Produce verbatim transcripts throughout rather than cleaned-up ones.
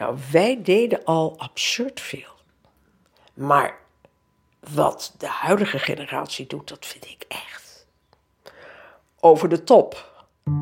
Nou, wij deden al absurd veel. Maar wat de huidige generatie doet, dat vind ik echt over de top.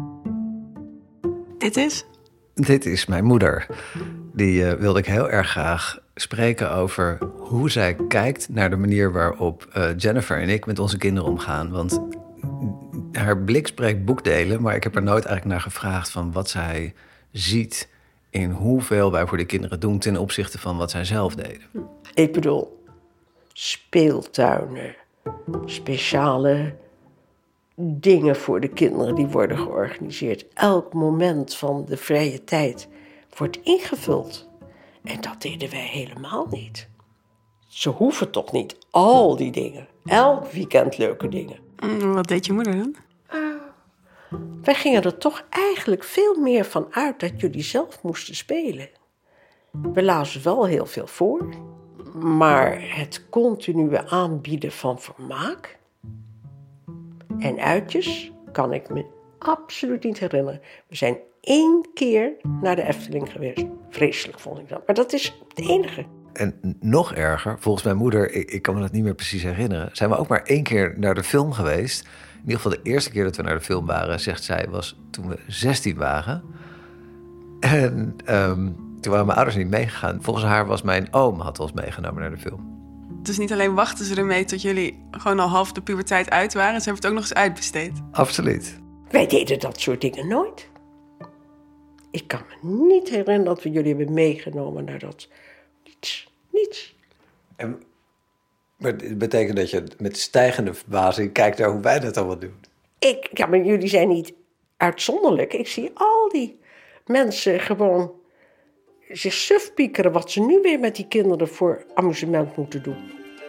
Dit is? Dit is mijn moeder. Die uh, wilde ik heel erg graag spreken over hoe zij kijkt naar de manier waarop uh, Jennifer en ik met onze kinderen omgaan. Want haar blik spreekt boekdelen, maar ik heb er nooit eigenlijk naar gevraagd van wat zij ziet in hoeveel wij voor de kinderen doen ten opzichte van wat zij zelf deden. Ik bedoel, speeltuinen, speciale dingen voor de kinderen die worden georganiseerd. Elk moment van de vrije tijd wordt ingevuld. En dat deden wij helemaal niet. Ze hoeven toch niet al die dingen. Elk weekend leuke dingen. Wat deed je moeder dan? Uh, wij gingen er toch eigenlijk veel meer van uit dat jullie zelf moesten spelen. We lazen wel heel veel voor. Maar het continue aanbieden van vermaak en uitjes kan ik me absoluut niet herinneren. We zijn één keer naar de Efteling geweest. Vreselijk vond ik dat. Maar dat is het enige. En nog erger, volgens mijn moeder, ik, ik kan me dat niet meer precies herinneren, zijn we ook maar één keer naar de film geweest. In ieder geval de eerste keer dat we naar de film waren, zegt zij, was toen we zestien waren. En um, toen waren mijn ouders niet meegegaan. Volgens haar was mijn oom had ons meegenomen naar de film. Dus niet alleen wachten ze ermee tot jullie gewoon al half de puberteit uit waren, ze hebben het ook nog eens uitbesteed. Absoluut. Wij deden dat soort dingen nooit. Ik kan me niet herinneren dat we jullie hebben meegenomen naar dat. Niets, niets. En, maar het betekent dat je met stijgende verbazing kijkt naar hoe wij dat allemaal doen. Ik, ja, maar jullie zijn niet uitzonderlijk. Ik zie al die mensen gewoon zich suf piekeren wat ze nu weer met die kinderen voor amusement moeten doen.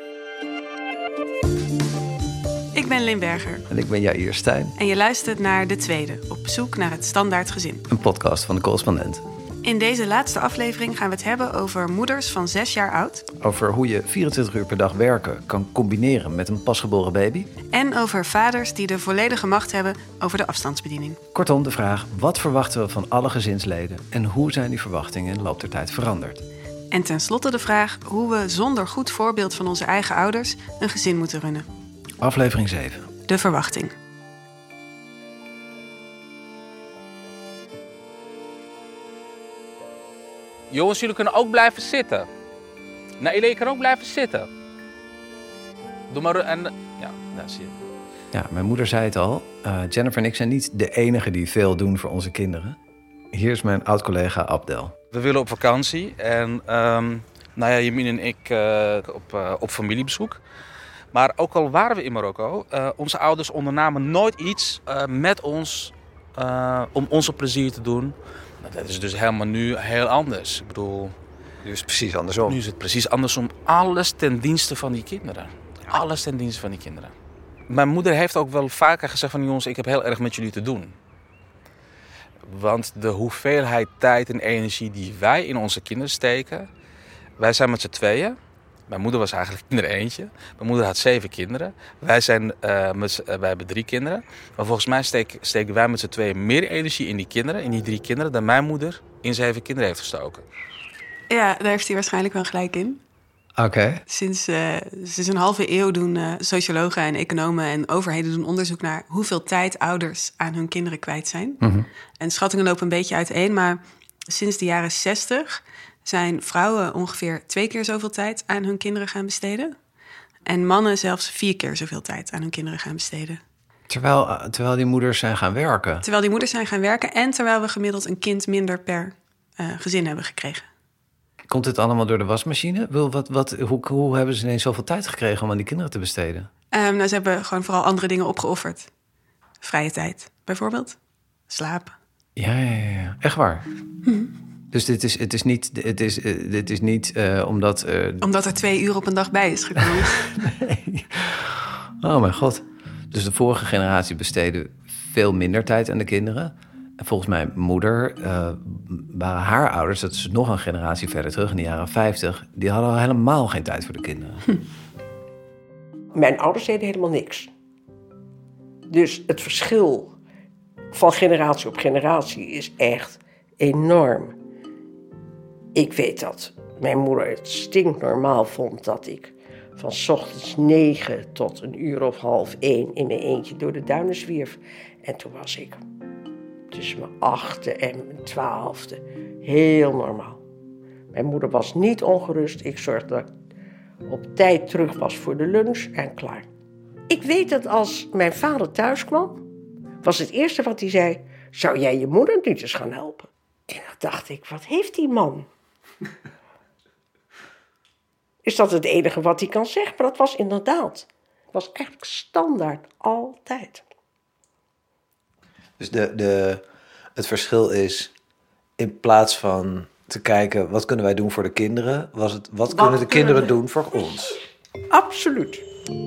Ik ben Lynn Berger. En ik ben Jair Stijn. En je luistert naar De Tweede, op zoek naar het standaard gezin. Een podcast van De Correspondent. In deze laatste aflevering gaan we het hebben over moeders van zes jaar oud. Over hoe je vierentwintig uur per dag werken kan combineren met een pasgeboren baby. En over vaders die de volledige macht hebben over de afstandsbediening. Kortom, de vraag, wat verwachten we van alle gezinsleden en hoe zijn die verwachtingen in de loop der tijd veranderd? En tenslotte de vraag hoe we zonder goed voorbeeld van onze eigen ouders een gezin moeten runnen. Aflevering zeven. De verwachting. Jongens, jullie kunnen ook blijven zitten. Nee, je kan ook blijven zitten. Doe maar... En, ja, daar zie je. Ja, mijn moeder zei het al. Uh, Jennifer en ik zijn niet de enigen die veel doen voor onze kinderen. Hier is mijn oud-collega Abdel. We willen op vakantie. En um, nou ja, Jamin en ik uh, op, uh, op familiebezoek. Maar ook al waren we in Marokko, uh, onze ouders ondernamen nooit iets uh, met ons uh, om onze plezier te doen. Nou, dat is dus helemaal nu heel anders. Ik bedoel, nu is het precies andersom. Nu is het precies andersom. Alles ten dienste van die kinderen. Alles ten dienste van die kinderen. Mijn moeder heeft ook wel vaker gezegd van jongens, ik heb heel erg met jullie te doen. Want de hoeveelheid tijd en energie die wij in onze kinderen steken. Wij zijn met z'n tweeën. Mijn moeder was eigenlijk in er eentje. Mijn moeder had zeven kinderen. Wij, zijn, uh, met, uh, wij hebben drie kinderen. Maar volgens mij steek, steken wij met z'n tweeën meer energie in die kinderen, in die drie kinderen, dan mijn moeder in zeven kinderen heeft gestoken. Ja, daar heeft hij waarschijnlijk wel gelijk in. Oké. Okay. Sinds, uh, sinds een halve eeuw doen uh, sociologen en economen en overheden doen onderzoek naar hoeveel tijd ouders aan hun kinderen kwijt zijn. Mm-hmm. En schattingen lopen een beetje uiteen, maar sinds de jaren zestig zijn vrouwen ongeveer twee keer zoveel tijd aan hun kinderen gaan besteden. En mannen zelfs vier keer zoveel tijd aan hun kinderen gaan besteden. Terwijl, terwijl die moeders zijn gaan werken? Terwijl die moeders zijn gaan werken en terwijl we gemiddeld een kind minder per uh, gezin hebben gekregen. Komt dit allemaal door de wasmachine? Wat, wat, hoe, hoe hebben ze ineens zoveel tijd gekregen om aan die kinderen te besteden? Um, nou, ze hebben gewoon vooral andere dingen opgeofferd. Vrije tijd, bijvoorbeeld. Slapen. Ja, ja, ja. Echt waar? Mm-hmm. Dus dit is, het is niet, het is, dit is niet uh, omdat... Uh... Omdat er twee uur op een dag bij is gekomen. Nee. Oh mijn god. Dus de vorige generatie besteedde veel minder tijd aan de kinderen. En volgens mijn moeder uh, waren haar ouders, dat is nog een generatie verder terug, in de jaren vijftig... die hadden al helemaal geen tijd voor de kinderen. Hm. Mijn ouders deden helemaal niks. Dus het verschil van generatie op generatie is echt enorm. Ik weet dat mijn moeder het stinknormaal vond dat ik van 's ochtends negen tot een uur of half één in mijn eentje door de duinen zwierf. En toen was ik tussen mijn achtste en mijn twaalfde heel normaal. Mijn moeder was niet ongerust. Ik zorgde dat ik op tijd terug was voor de lunch en klaar. Ik weet dat als mijn vader thuis kwam, was het eerste wat hij zei: zou jij je moeder niet eens gaan helpen? En dan dacht ik, wat heeft die man? Is dat het enige wat hij kan zeggen? Maar dat was inderdaad. Het was eigenlijk standaard, altijd. Dus de, de, het verschil is, in plaats van te kijken, wat kunnen wij doen voor de kinderen, was het, wat, wat kunnen de kinderen doen voor ons? Absoluut.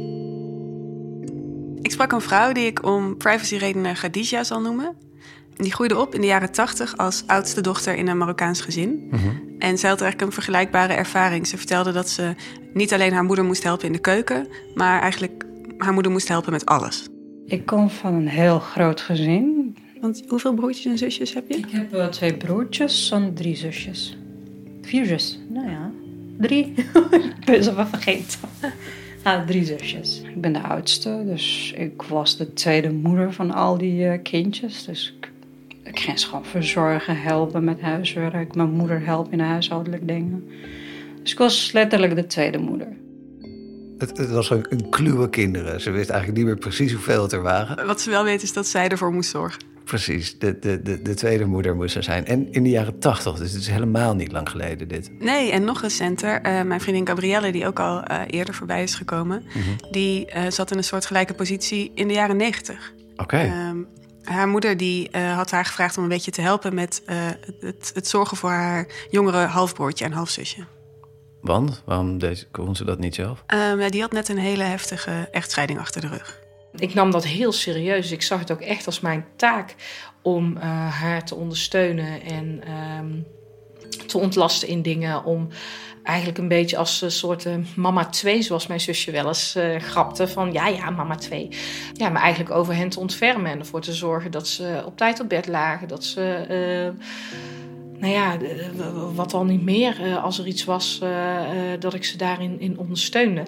Ik sprak een vrouw die ik om privacyredenen Khadija zal noemen. Die groeide op in de jaren tachtig als oudste dochter in een Marokkaans gezin. Mm-hmm. En zij had eigenlijk een vergelijkbare ervaring. Ze vertelde dat ze niet alleen haar moeder moest helpen in de keuken, maar eigenlijk haar moeder moest helpen met alles. Ik kom van een heel groot gezin. Want hoeveel broertjes en zusjes heb je? Ik heb uh, twee broertjes en drie zusjes. Vier zus. Nou ja, drie. Ik ben ze wel vergeten. Nou, drie zusjes. Ik ben de oudste, dus ik was de tweede moeder van al die uh, kindjes. Dus ik, ik ging ze gewoon verzorgen, helpen met huiswerk. Mijn moeder helpen in de huishoudelijke dingen. Dus ik was letterlijk de tweede moeder. Het, het was een, een kluwe kinderen. Ze wist eigenlijk niet meer precies hoeveel het er waren. Wat ze wel weet is dat zij ervoor moest zorgen. Precies, de, de, de, de tweede moeder moest er zijn. En in de jaren tachtig, dus het is helemaal niet lang geleden dit. Nee, en nog recenter, uh, mijn vriendin Gabrielle, die ook al uh, eerder voorbij is gekomen, mm-hmm. die uh, zat in een soort gelijke positie in de jaren negentig. Oké. Okay. Um, haar moeder die, uh, had haar gevraagd om een beetje te helpen met uh, het, het zorgen voor haar jongere halfbroertje en halfzusje. Want? Waarom deze, kon ze dat niet zelf? Um, die had net een hele heftige echtscheiding achter de rug. Ik nam dat heel serieus. Ik zag het ook echt als mijn taak om uh, haar te ondersteunen en um, te ontlasten in dingen. Om eigenlijk een beetje als een soort uh, mama twee, zoals mijn zusje wel eens uh, grapte. Van ja, ja, mama twee. Ja, maar eigenlijk over hen te ontfermen en ervoor te zorgen dat ze op tijd op bed lagen. Dat ze, uh, nou ja, wat dan niet meer, uh, als er iets was, uh, uh, dat ik ze daarin in ondersteunde.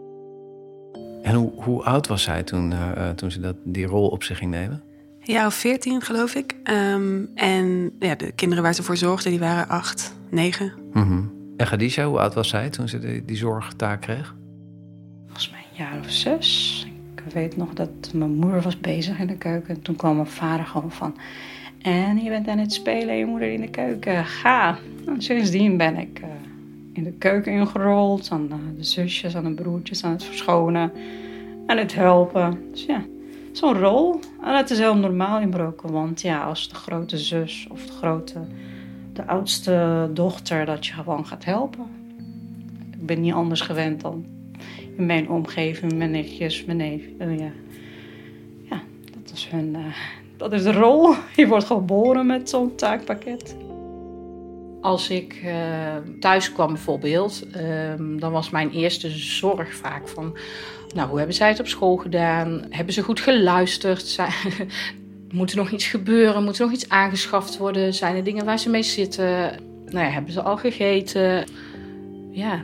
En hoe, hoe oud was zij toen, uh, toen ze dat, die rol op zich ging nemen? Ja, of veertien geloof ik. Um, en ja, de kinderen waar ze voor zorgde, die waren acht, negen. Mm-hmm. En Khadija, hoe oud was zij toen ze die, die zorgtaak kreeg? Volgens mij een jaar of zes. Ik weet nog dat mijn moeder was bezig in de keuken. En toen kwam mijn vader gewoon van... En je bent aan het spelen, je moeder in de keuken. Ga. En sindsdien ben ik uh, in de keuken ingerold. Aan uh, de zusjes, aan de broertjes, aan het verschonen. Aan het helpen. Dus ja, zo'n rol. En dat is heel normaal in Marokko. Want ja, als de grote zus of de grote... de oudste dochter, dat je gewoon gaat helpen. Ik ben niet anders gewend dan in mijn omgeving, mijn nichtjes, mijn neef. Uh, ja. ja, dat is hun... Uh, Dat is de rol. Je wordt geboren met zo'n taakpakket. Als ik uh, thuis kwam bijvoorbeeld, uh, dan was mijn eerste zorg vaak van... Nou, hoe hebben zij het op school gedaan? Hebben ze goed geluisterd? Zijn, moet er nog iets gebeuren? Moet er nog iets aangeschaft worden? Zijn er dingen waar ze mee zitten? Nou ja, hebben ze al gegeten? Ja...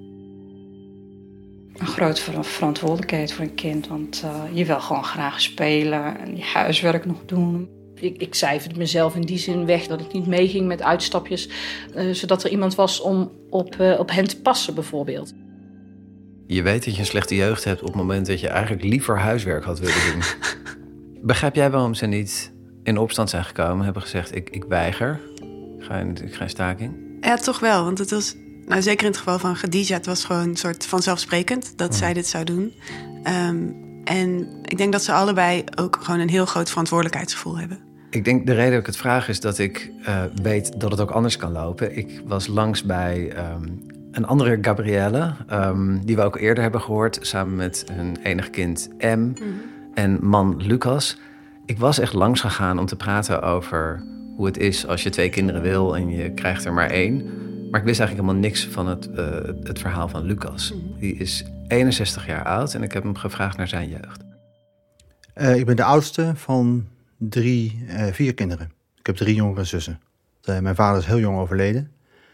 Een grote verantwoordelijkheid voor een kind, want uh, je wil gewoon graag spelen en je huiswerk nog doen. Ik, ik cijferde mezelf in die zin weg dat ik niet meeging met uitstapjes, uh, zodat er iemand was om op, uh, op hen te passen bijvoorbeeld. Je weet dat je een slechte jeugd hebt op het moment dat je eigenlijk liever huiswerk had willen doen. Begrijp jij waarom ze niet in opstand zijn gekomen, hebben gezegd ik, ik weiger, ik ga, in, ik ga in staking? Ja, toch wel, want het was... Nou, zeker in het geval van Khadija, het was gewoon een soort vanzelfsprekend dat mm. zij dit zou doen. Um, en ik denk dat ze allebei ook gewoon een heel groot verantwoordelijkheidsgevoel hebben. Ik denk de reden dat ik het vraag is dat ik uh, weet dat het ook anders kan lopen. Ik was langs bij um, een andere Gabrielle, um, die we ook eerder hebben gehoord, samen met hun enig kind M mm-hmm. en man Lucas. Ik was echt langs gegaan om te praten over hoe het is als je twee kinderen wil en je krijgt er maar één. Maar ik wist eigenlijk helemaal niks van het, uh, het verhaal van Lucas. Mm-hmm. Die is eenenzestig jaar oud en ik heb hem gevraagd naar zijn jeugd. Uh, ik ben de oudste van drie, uh, vier kinderen. Ik heb drie jongere zussen. Uh, mijn vader is heel jong overleden.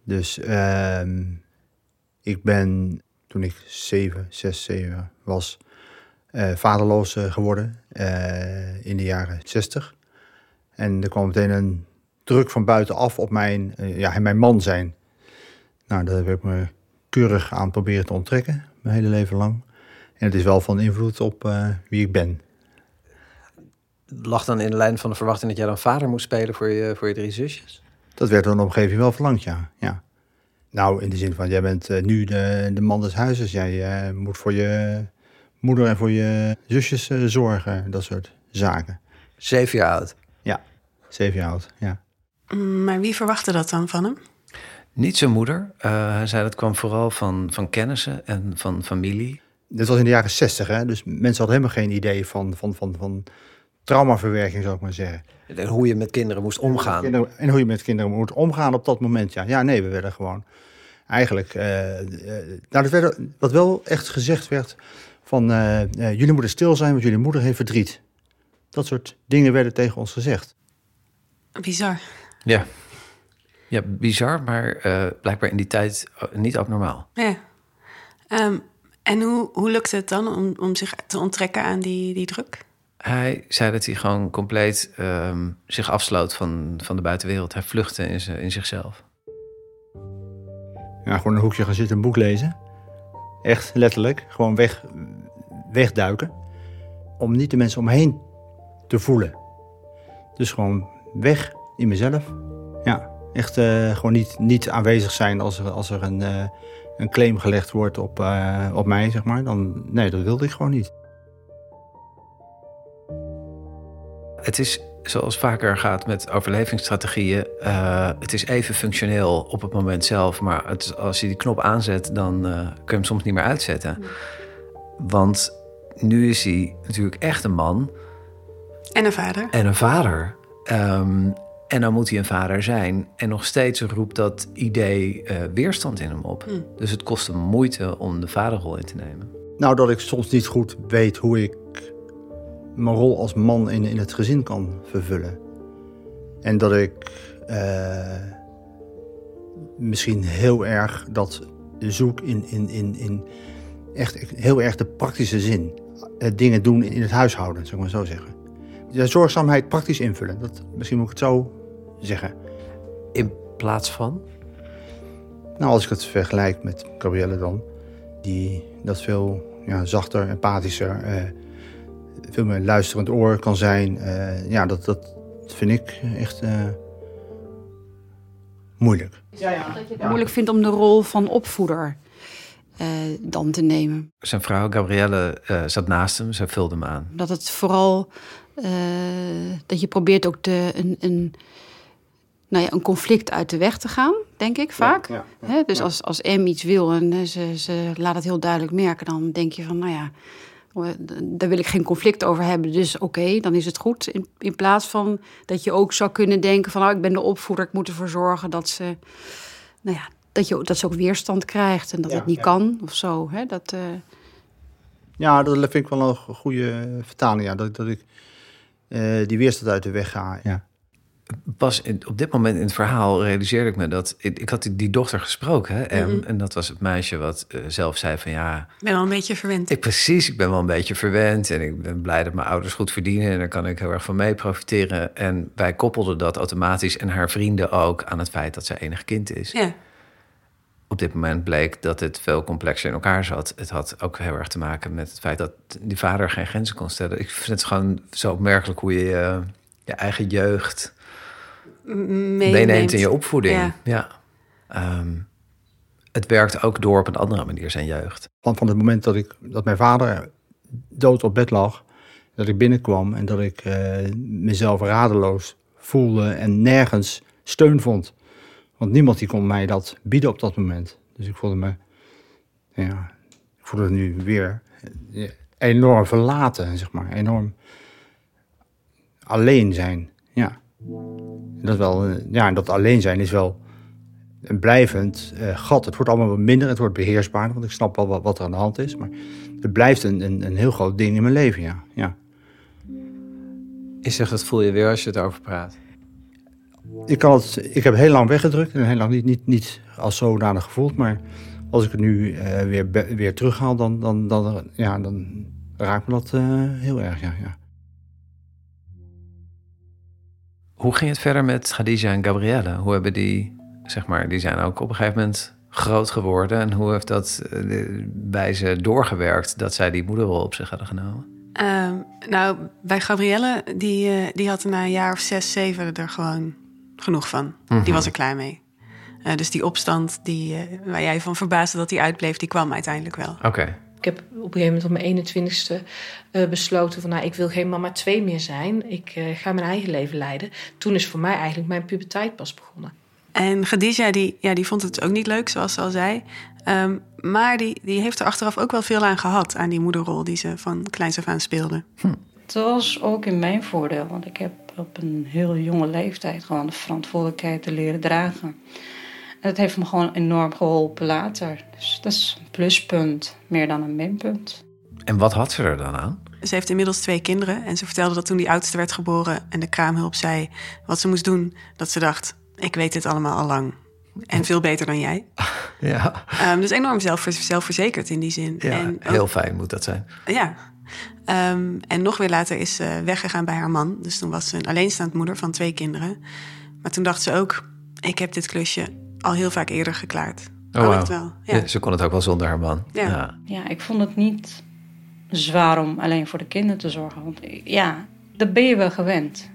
Dus uh, ik ben, toen ik zeven, zes, zeven was, uh, vaderloos uh, geworden uh, in de jaren zestig. En er kwam meteen een druk van buitenaf op mijn, uh, ja, mijn man zijn. Nou, daar heb ik me keurig aan proberen te onttrekken, mijn hele leven lang. En het is wel van invloed op uh, wie ik ben. Lag dan in de lijn van de verwachting dat jij dan vader moest spelen voor je, voor je drie zusjes? Dat werd dan op een gegeven moment wel verlangd, ja. ja. Nou, in de zin van, jij bent uh, nu de, de man des huizes. Jij uh, moet voor je moeder en voor je zusjes uh, zorgen, dat soort zaken. Zeven jaar oud? Ja, zeven jaar oud, ja. Maar wie verwachtte dat dan van hem? Niet zijn moeder. Uh, hij zei dat kwam vooral van, van kennissen en van familie. Dit was in de jaren zestig, hè? Dus mensen hadden helemaal geen idee van, van, van, van traumaverwerking, zou ik maar zeggen. En hoe je met kinderen moest omgaan. Kinderen, en hoe je met kinderen moet omgaan op dat moment, ja. Ja, nee, we werden gewoon eigenlijk... Uh, uh, nou, dat werd, wat wel echt gezegd werd van... Uh, uh, jullie moeten stil zijn, want jullie moeder heeft verdriet. Dat soort dingen werden tegen ons gezegd. Bizar. Ja. Ja, bizar, maar uh, blijkbaar in die tijd niet abnormaal. Ja. Um, en hoe, hoe lukte het dan om, om zich te onttrekken aan die, die druk? Hij zei dat hij gewoon compleet um, zich afsloot van, van de buitenwereld. Hij vluchtte in, z- in zichzelf. Ja, gewoon een hoekje gaan zitten, een boek lezen. Echt letterlijk, gewoon weg, wegduiken. Om niet de mensen om me heen te voelen. Dus gewoon weg in mezelf. Ja, echt uh, gewoon niet, niet aanwezig zijn als er, als er een, uh, een claim gelegd wordt op, uh, op mij, zeg maar. Dan, nee, dat wilde ik gewoon niet. Het is, zoals vaker gaat met overlevingsstrategieën... Uh, het is even functioneel op het moment zelf... maar het is, als je die knop aanzet, dan uh, kun je hem soms niet meer uitzetten. Mm. Want nu is hij natuurlijk echt een man. En een vader. En een vader. Um, en dan moet hij een vader zijn. En nog steeds roept dat idee uh, weerstand in hem op. Mm. Dus het kost hem moeite om de vaderrol in te nemen. Nou, dat ik soms niet goed weet hoe ik mijn rol als man in, in het gezin kan vervullen. En dat ik uh, misschien heel erg dat zoek in, in, in, in echt heel erg de praktische zin. Uh, dingen doen in, in het huishouden, zou ik maar zo zeggen. De zorgzaamheid praktisch invullen, dat, misschien moet ik het zo zeggen. In plaats van? Nou, als ik het vergelijk met Gabrielle dan, die dat veel ja, zachter, empathischer, uh, veel meer luisterend oor kan zijn. Uh, ja, dat, dat vind ik echt uh, moeilijk. Ja, ja. Dat je het moeilijk vindt om de rol van opvoeder uh, dan te nemen. Zijn vrouw Gabrielle uh, zat naast hem, zij vulde hem aan. Dat het vooral, uh, dat je probeert ook de, een, een, nou ja, een conflict uit de weg te gaan, denk ik vaak. Ja, ja, ja, He, dus ja. als, als M iets wil en ze, ze laat het heel duidelijk merken, dan denk je van, nou ja, daar wil ik geen conflict over hebben, dus oké, okay, dan is het goed. In, in plaats van dat je ook zou kunnen denken van, nou, ik ben de opvoeder, ik moet ervoor zorgen dat ze, nou ja, dat, je, dat ze ook weerstand krijgt en dat ja, het niet ja. kan of zo. Hè? Dat, uh... Ja, dat vind ik wel een goede vertaling, ja, dat, dat ik uh, die weerstand uit de weg ga, ja. Pas in, op dit moment in het verhaal realiseerde ik me dat... Ik, ik had die, die dochter gesproken, hè, en, mm-hmm. en dat was het meisje wat uh, zelf zei van ja... Ik ben wel een beetje verwend. Ik, precies, ik ben wel een beetje verwend en ik ben blij dat mijn ouders goed verdienen... en daar kan ik heel erg van mee profiteren. En wij koppelden dat automatisch en haar vrienden ook aan het feit dat zij enig kind is. Ja. Op dit moment bleek dat het veel complexer in elkaar zat. Het had ook heel erg te maken met het feit dat die vader geen grenzen kon stellen. Ik vind het gewoon zo opmerkelijk hoe je uh, je eigen jeugd... meeneemt in je opvoeding. Ja. ja. Um, het werkt ook door op een andere manier zijn jeugd. Van, van het moment dat, ik, dat mijn vader dood op bed lag, dat ik binnenkwam en dat ik uh, mezelf radeloos voelde en nergens steun vond. Want niemand die kon mij dat bieden op dat moment. Dus ik voelde me, ja, ik voelde het nu weer enorm verlaten, zeg maar. Enorm alleen zijn, ja. Dat, wel, ja, dat alleen zijn is wel een blijvend uh, gat. Het wordt allemaal wat minder, het wordt beheersbaarder, want ik snap wel wat, wat er aan de hand is. Maar het blijft een, een, een heel groot ding in mijn leven, ja. ja. Je zegt, dat voel je weer als je het over praat. Ik, kan het, ik heb heel lang weggedrukt en heel lang niet, niet, niet als zodanig gevoeld. Maar als ik het nu uh, weer, weer terughaal, dan, dan, dan, ja, dan raakt me dat uh, heel erg, ja, ja. Hoe ging het verder met Khadija en Gabrielle? Hoe hebben die, zeg maar, die zijn ook op een gegeven moment groot geworden. En hoe heeft dat uh, bij ze doorgewerkt dat zij die moederrol op zich hadden genomen? Uh, nou, bij Gabrielle, die, uh, die had er na een jaar of zes, zeven er gewoon genoeg van. Mm-hmm. Die was er klaar mee. Uh, dus die opstand die, uh, waar jij van verbaasde dat die uitbleef, die kwam uiteindelijk wel. Oké. Okay. Ik heb op een gegeven moment op mijn eenentwintigste uh, besloten van, nou, ik wil geen mama twee meer zijn. Ik uh, ga mijn eigen leven leiden. Toen is voor mij eigenlijk mijn puberteit pas begonnen. En Khadija, die, ja, die vond het ook niet leuk, zoals ze al zei. Um, maar die, die heeft er achteraf ook wel veel aan gehad, aan die moederrol die ze van kleins af aan speelde. Hm. Het was ook in mijn voordeel, want ik heb op een heel jonge leeftijd gewoon de verantwoordelijkheid te leren dragen. En dat heeft me gewoon enorm geholpen later. Dus dat is een pluspunt, meer dan een minpunt. En wat had ze er dan aan? Ze heeft inmiddels twee kinderen en ze vertelde dat toen die oudste werd geboren en de kraamhulp zei wat ze moest doen, dat ze dacht, ik weet dit allemaal al lang. En veel beter dan jij. Ja. Um, dus enorm zelf, zelfverzekerd in die zin. Ja, en heel ook, fijn moet dat zijn. Ja. Um, en nog weer later is ze weggegaan bij haar man. Dus toen was ze een alleenstaand moeder van twee kinderen. Maar toen dacht ze ook, ik heb dit klusje al heel vaak eerder geklaard. Oh, wow. het wel. Ja. Ja, ze kon het ook wel zonder haar man. Ja. Ja. ja, ik vond het niet zwaar om alleen voor de kinderen te zorgen. Want ja, dat ben je wel gewend.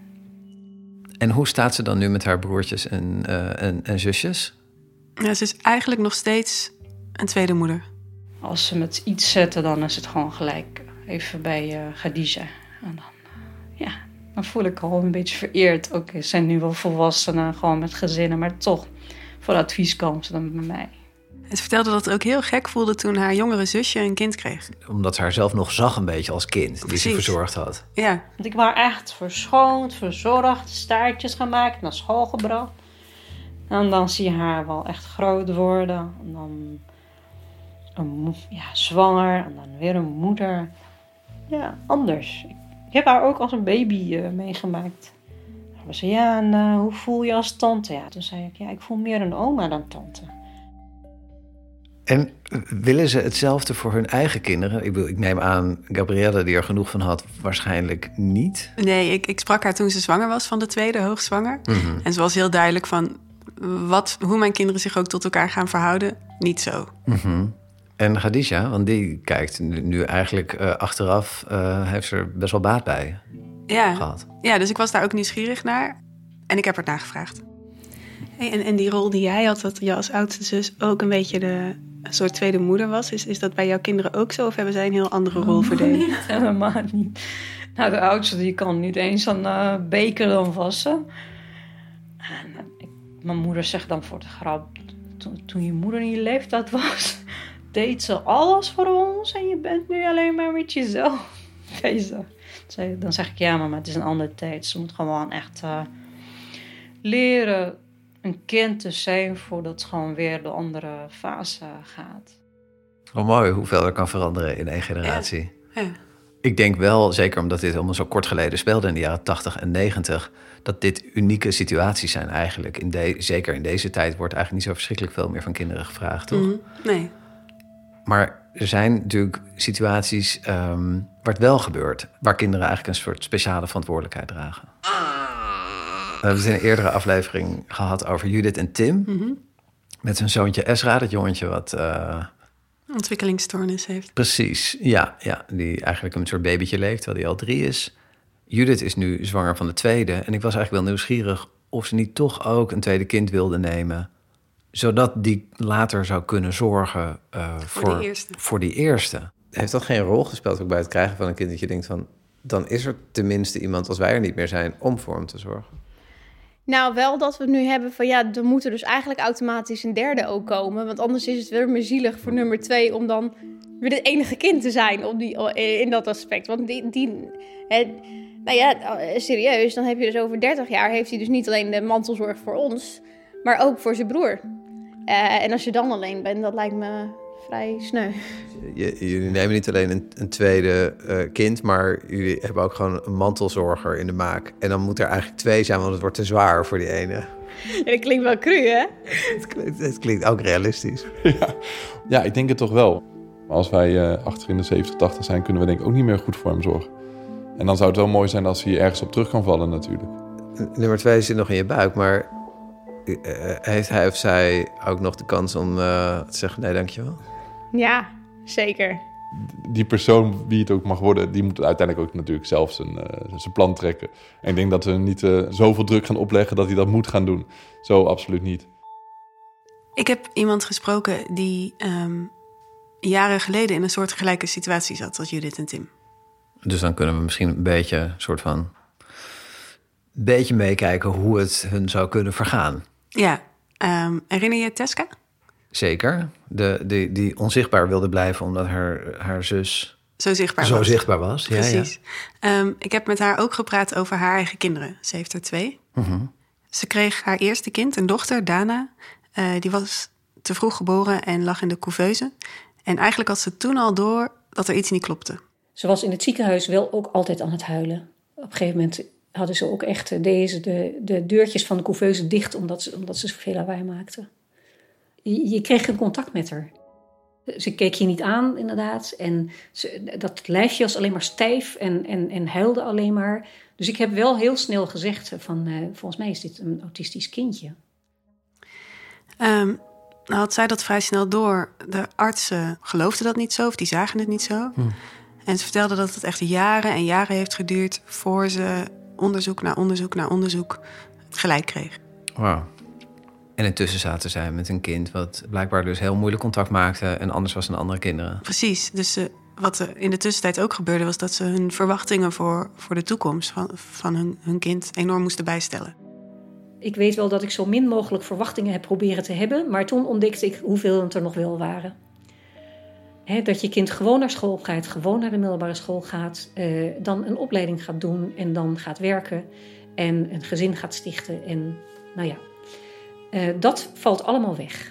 En hoe staat ze dan nu met haar broertjes en, uh, en, en zusjes? Ja, ze is eigenlijk nog steeds een tweede moeder. Als ze met iets zetten, dan is het gewoon gelijk even bij uh, Khadija. En dan, uh, ja, dan voel ik al een beetje vereerd. Oké, okay, ze zijn nu wel volwassenen, gewoon met gezinnen. Maar toch, voor advies komen ze dan bij mij. Ze vertelde dat het ook heel gek voelde toen haar jongere zusje een kind kreeg. Omdat ze haar zelf nog zag een beetje als kind, die Precies. ze verzorgd had. Ja. Want ik was echt verschoond, verzorgd, staartjes gemaakt, naar school gebracht. En dan zie je haar wel echt groot worden. En dan een, ja, zwanger en dan weer een moeder. Ja, anders. Ik heb haar ook als een baby uh, meegemaakt. Dan zei ze, ja, en uh, hoe voel je als tante? Ja, toen zei ik, ja, ik voel meer een oma dan tante. En willen ze hetzelfde voor hun eigen kinderen? Ik, bedoel, ik neem aan, Gabrielle, die er genoeg van had, waarschijnlijk niet. Nee, ik, ik sprak haar toen ze zwanger was van de tweede, hoogzwanger. Mm-hmm. En ze was heel duidelijk van wat, hoe mijn kinderen zich ook tot elkaar gaan verhouden. Niet zo. Mm-hmm. En Khadija, want die kijkt nu, nu eigenlijk uh, achteraf, uh, heeft ze er best wel baat bij ja. gehad. Ja, dus ik was daar ook nieuwsgierig naar. En ik heb er naar gevraagd. Hey, en, en die rol die jij had, dat je als oudste zus ook een beetje de een soort tweede moeder was. Is, is dat bij jouw kinderen ook zo? Of hebben zij een heel andere rol verdeeld? Niet, helemaal niet. Nou, de oudste die kan niet eens een uh, beker dan wassen. En, uh, ik, mijn moeder zegt dan voor de grap, toen, toen je moeder in je leeftijd was, deed ze alles voor ons en je bent nu alleen maar met jezelf bezig. Dan zeg ik, ja mama, het is een andere tijd. Ze moet gewoon echt uh, leren een kind te zijn voordat het gewoon weer de andere fase gaat. Wel mooi hoeveel er kan veranderen in één generatie. Ja. Ja. Ik denk wel, zeker omdat dit allemaal zo kort geleden speelde in de jaren tachtig en negentig... dat dit unieke situaties zijn eigenlijk. In de, zeker in deze tijd wordt eigenlijk niet zo verschrikkelijk veel meer van kinderen gevraagd, toch? Mm, nee. Maar er zijn natuurlijk situaties um, waar het wel gebeurt, waar kinderen eigenlijk een soort speciale verantwoordelijkheid dragen. We hebben het in een eerdere aflevering gehad over Judith en Tim. Mm-hmm. Met hun zoontje Ezra, dat jongetje wat Uh, ontwikkelingsstoornis heeft. Precies, ja, ja. Die eigenlijk een soort babytje leeft, terwijl hij al drie is. Judith is nu zwanger van de tweede. En ik was eigenlijk wel nieuwsgierig of ze niet toch ook een tweede kind wilde nemen, zodat die later zou kunnen zorgen uh, voor, voor, die eerste. voor die eerste. Heeft dat geen rol gespeeld ook bij het krijgen van een kind, dat je denkt van, dan is er tenminste iemand als wij er niet meer zijn om voor hem te zorgen? Nou, wel dat we nu hebben van ja, er moet er dus eigenlijk automatisch een derde ook komen. Want anders is het weer meer zielig voor nummer twee om dan weer het enige kind te zijn op die, in dat aspect. Want die, die hè, nou ja, serieus, dan heb je dus over dertig jaar heeft hij dus niet alleen de mantelzorg voor ons, maar ook voor zijn broer. Uh, en als je dan alleen bent, dat lijkt me vrij sneu. Je, jullie nemen niet alleen een, een tweede uh, kind, maar jullie hebben ook gewoon een mantelzorger in de maak. En dan moet er eigenlijk twee zijn, want het wordt te zwaar voor die ene. Ja, dat klinkt wel cru, hè? Het klinkt, het klinkt ook realistisch. Ja. ja, ik denk het toch wel. Als wij uh, achter in de zeventig, tachtig zijn, kunnen we denk ik ook niet meer goed voor hem zorgen. En dan zou het wel mooi zijn als hij ergens op terug kan vallen natuurlijk. Nummer twee zit nog in je buik, maar uh, heeft hij of zij ook nog de kans om uh, te zeggen nee, dankjewel? Ja, zeker. Die persoon, wie het ook mag worden, die moet uiteindelijk ook natuurlijk zelf zijn, uh, zijn plan trekken. En ik denk dat we niet uh, zoveel druk gaan opleggen dat hij dat moet gaan doen. Zo absoluut niet. Ik heb iemand gesproken die um, jaren geleden in een soortgelijke situatie zat als Judith en Tim. Dus dan kunnen we misschien een beetje, soort van, een beetje meekijken hoe het hun zou kunnen vergaan. Ja, um, herinner je Teska? Zeker. De, die, die onzichtbaar wilde blijven omdat haar, haar zus zo zichtbaar zo was. Zichtbaar was. Ja, precies. Ja. Um, ik heb met haar ook gepraat over haar eigen kinderen. Ze heeft er twee. Mm-hmm. Ze kreeg haar eerste kind, een dochter, Dana. Uh, die was te vroeg geboren en lag in de couveuse. En eigenlijk had ze toen al door dat er iets niet klopte. Ze was in het ziekenhuis wel ook altijd aan het huilen. Op een gegeven moment hadden ze ook echt deze, de, de deurtjes van de couveuse dicht, omdat ze, omdat ze zoveel lawaai maakte. Je, je kreeg geen contact met haar. Ze keek je niet aan, inderdaad. En ze, dat lijfje was alleen maar stijf en, en, en huilde alleen maar. Dus ik heb wel heel snel gezegd van, uh, volgens mij is dit een autistisch kindje. Um, nou had zij dat vrij snel door. De artsen geloofden dat niet zo, of die zagen het niet zo. Hm. En ze vertelde dat het echt jaren en jaren heeft geduurd voor ze onderzoek na onderzoek na onderzoek gelijk kreeg. Wauw. En intussen zaten zij met een kind wat blijkbaar dus heel moeilijk contact maakte en anders was dan andere kinderen. Precies. Dus uh, wat er in de tussentijd ook gebeurde, was dat ze hun verwachtingen voor, voor de toekomst van, van hun, hun kind enorm moesten bijstellen. Ik weet wel dat ik zo min mogelijk verwachtingen heb proberen te hebben, maar toen ontdekte ik hoeveel het er nog wel waren. He, dat je kind gewoon naar school gaat, gewoon naar de middelbare school gaat, uh, dan een opleiding gaat doen en dan gaat werken en een gezin gaat stichten. En nou ja, uh, dat valt allemaal weg.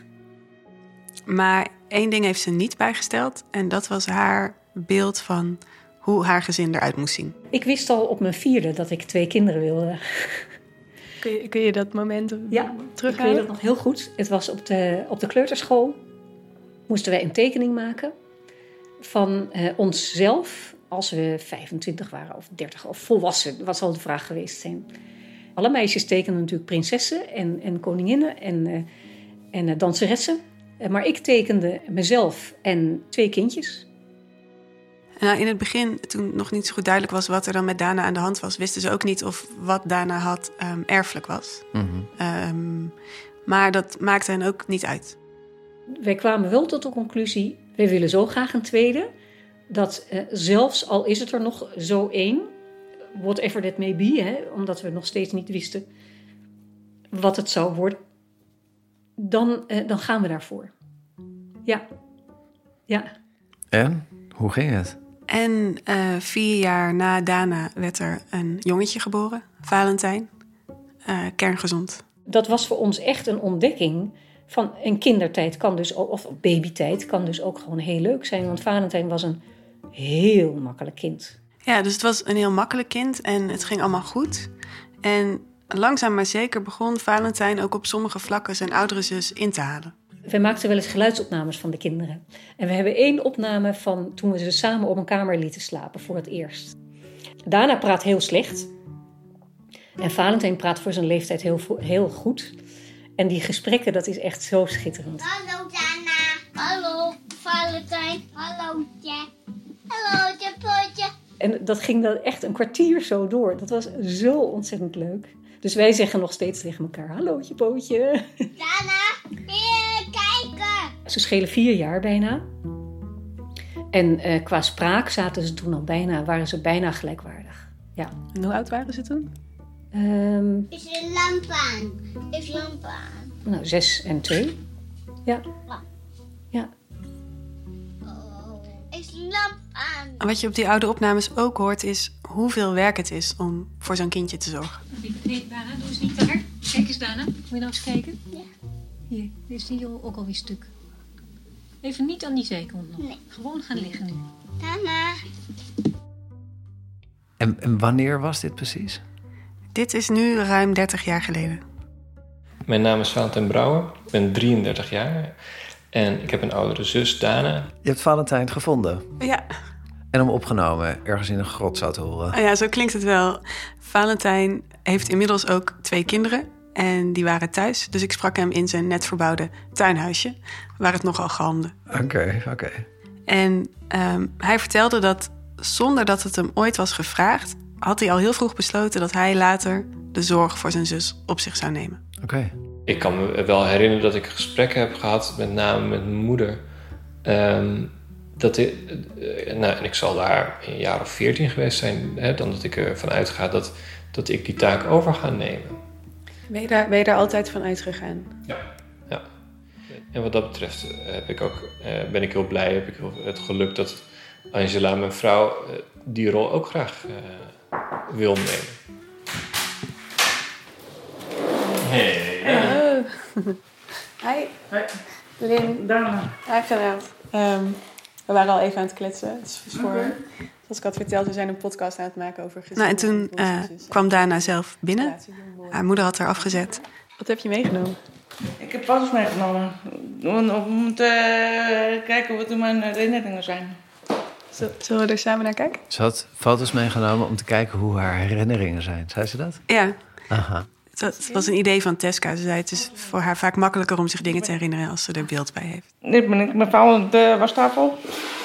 Maar één ding heeft ze niet bijgesteld en dat was haar beeld van hoe haar gezin eruit moest zien. Ik wist al op mijn vierde dat ik twee kinderen wilde. Kun je, kun je dat moment ja, terughalen? Ik weet het nog heel goed. Het was op de, op de kleuterschool. Moesten wij een tekening maken van uh, onszelf als we vijfentwintig waren of dertig of volwassen. Dat was al de vraag geweest zijn. Alle meisjes tekenden natuurlijk prinsessen en, en koninginnen en, uh, en uh, danseressen. Uh, maar ik tekende mezelf en twee kindjes. Nou, in het begin, toen nog niet zo goed duidelijk was wat er dan met Dana aan de hand was, wisten ze ook niet of wat Dana had um, erfelijk was. Mm-hmm. Um, maar dat maakte hen ook niet uit. Wij kwamen wel tot de conclusie, wij willen zo graag een tweede, dat uh, zelfs al is het er nog zo één, whatever that may be, hè, omdat we nog steeds niet wisten wat het zou worden, dan, uh, dan gaan we daarvoor. Ja. Ja. En? Hoe ging het? En uh, vier jaar na Dana werd er een jongetje geboren, Valentijn, uh, kerngezond. Dat was voor ons echt een ontdekking van een kindertijd kan dus ook, of babytijd kan dus ook gewoon heel leuk zijn. Want Valentijn was een heel makkelijk kind. Ja, dus het was een heel makkelijk kind en het ging allemaal goed. En langzaam maar zeker begon Valentijn ook op sommige vlakken zijn oudere zus in te halen. We maakten wel eens geluidsopnames van de kinderen. En we hebben één opname van toen we ze samen op een kamer lieten slapen voor het eerst. Dana praat heel slecht. En Valentijn praat voor zijn leeftijd heel, heel goed. En die gesprekken, dat is echt zo schitterend. Hallo Dana. Hallo Valentijn. Hallo Jack. Hallo Potje. En dat ging dan echt een kwartier zo door. Dat was zo ontzettend leuk. Dus wij zeggen nog steeds tegen elkaar, hallootje pootje. Dana, hier kijken. Ze schelen vier jaar bijna. En uh, qua spraak zaten ze toen al bijna, waren ze bijna gelijkwaardig. Ja. En hoe oud waren ze toen? Um, is er een lamp aan? Is er een lamp aan? Nou, zes en twee. Ja. Ja. Oh, is er een lamp aan? En wat je op die oude opnames ook hoort is hoeveel werk het is om voor zo'n kindje te zorgen. Nee, Dana, doe eens niet daar. Kijk eens, Dana. Moet je nou eens kijken? Ja. Hier, dit is hier ook alweer stuk. Even niet aan die zijkant nog. Nee. Gewoon gaan liggen nu. Dana. En, en wanneer was dit precies? Dit is nu ruim dertig jaar geleden. Mijn naam is Valentijn Brouwer. Ik ben drieëndertig jaar. En ik heb een oudere zus, Dana. Je hebt Valentijn gevonden? Ja. En hem opgenomen, ergens in een grot zou te horen? Oh ja, zo klinkt het wel. Valentijn heeft inmiddels ook twee kinderen. En die waren thuis. Dus ik sprak hem in zijn net verbouwde tuinhuisje. Waar het nogal galmde. Oké, okay, oké. Okay. En um, hij vertelde dat zonder dat het hem ooit was gevraagd... had hij al heel vroeg besloten dat hij later de zorg voor zijn zus op zich zou nemen. Oké. Okay. Ik kan me wel herinneren dat ik gesprekken heb gehad, met name met mijn moeder. Um, dat ik, uh, nou, en ik zal daar een jaar of veertien geweest zijn, hè, dan dat ik ervan uitga dat, dat ik die taak over ga nemen. Ben je daar, ben je daar altijd van uitgegaan? Ja. ja. En wat dat betreft heb ik ook, uh, ben ik heel blij, heb ik heel, het geluk dat Angela, mijn vrouw, uh, die rol ook graag uh, wil nemen. Hey. Hallo. Hi. Hi. Lin. Dana. Hi, vanavond. Um, we waren al even aan het kletsen. Het is voor, okay. Zoals ik had verteld, we zijn een podcast aan het maken over gezin. Nou, en toen uh, kwam Dana zelf binnen. Haar moeder had haar afgezet. Wat heb je meegenomen? Ik heb foto's meegenomen. Om, om te kijken wat mijn herinneringen zijn. Zullen we er samen naar kijken? Ze had foto's meegenomen om te kijken hoe haar herinneringen zijn. Zei ze dat? Ja. Aha. Dat was een idee van Tesca. Ze zei, het is voor haar vaak makkelijker om zich dingen te herinneren als ze er beeld bij heeft. Dit ben ik met vrouw aan de wastafel.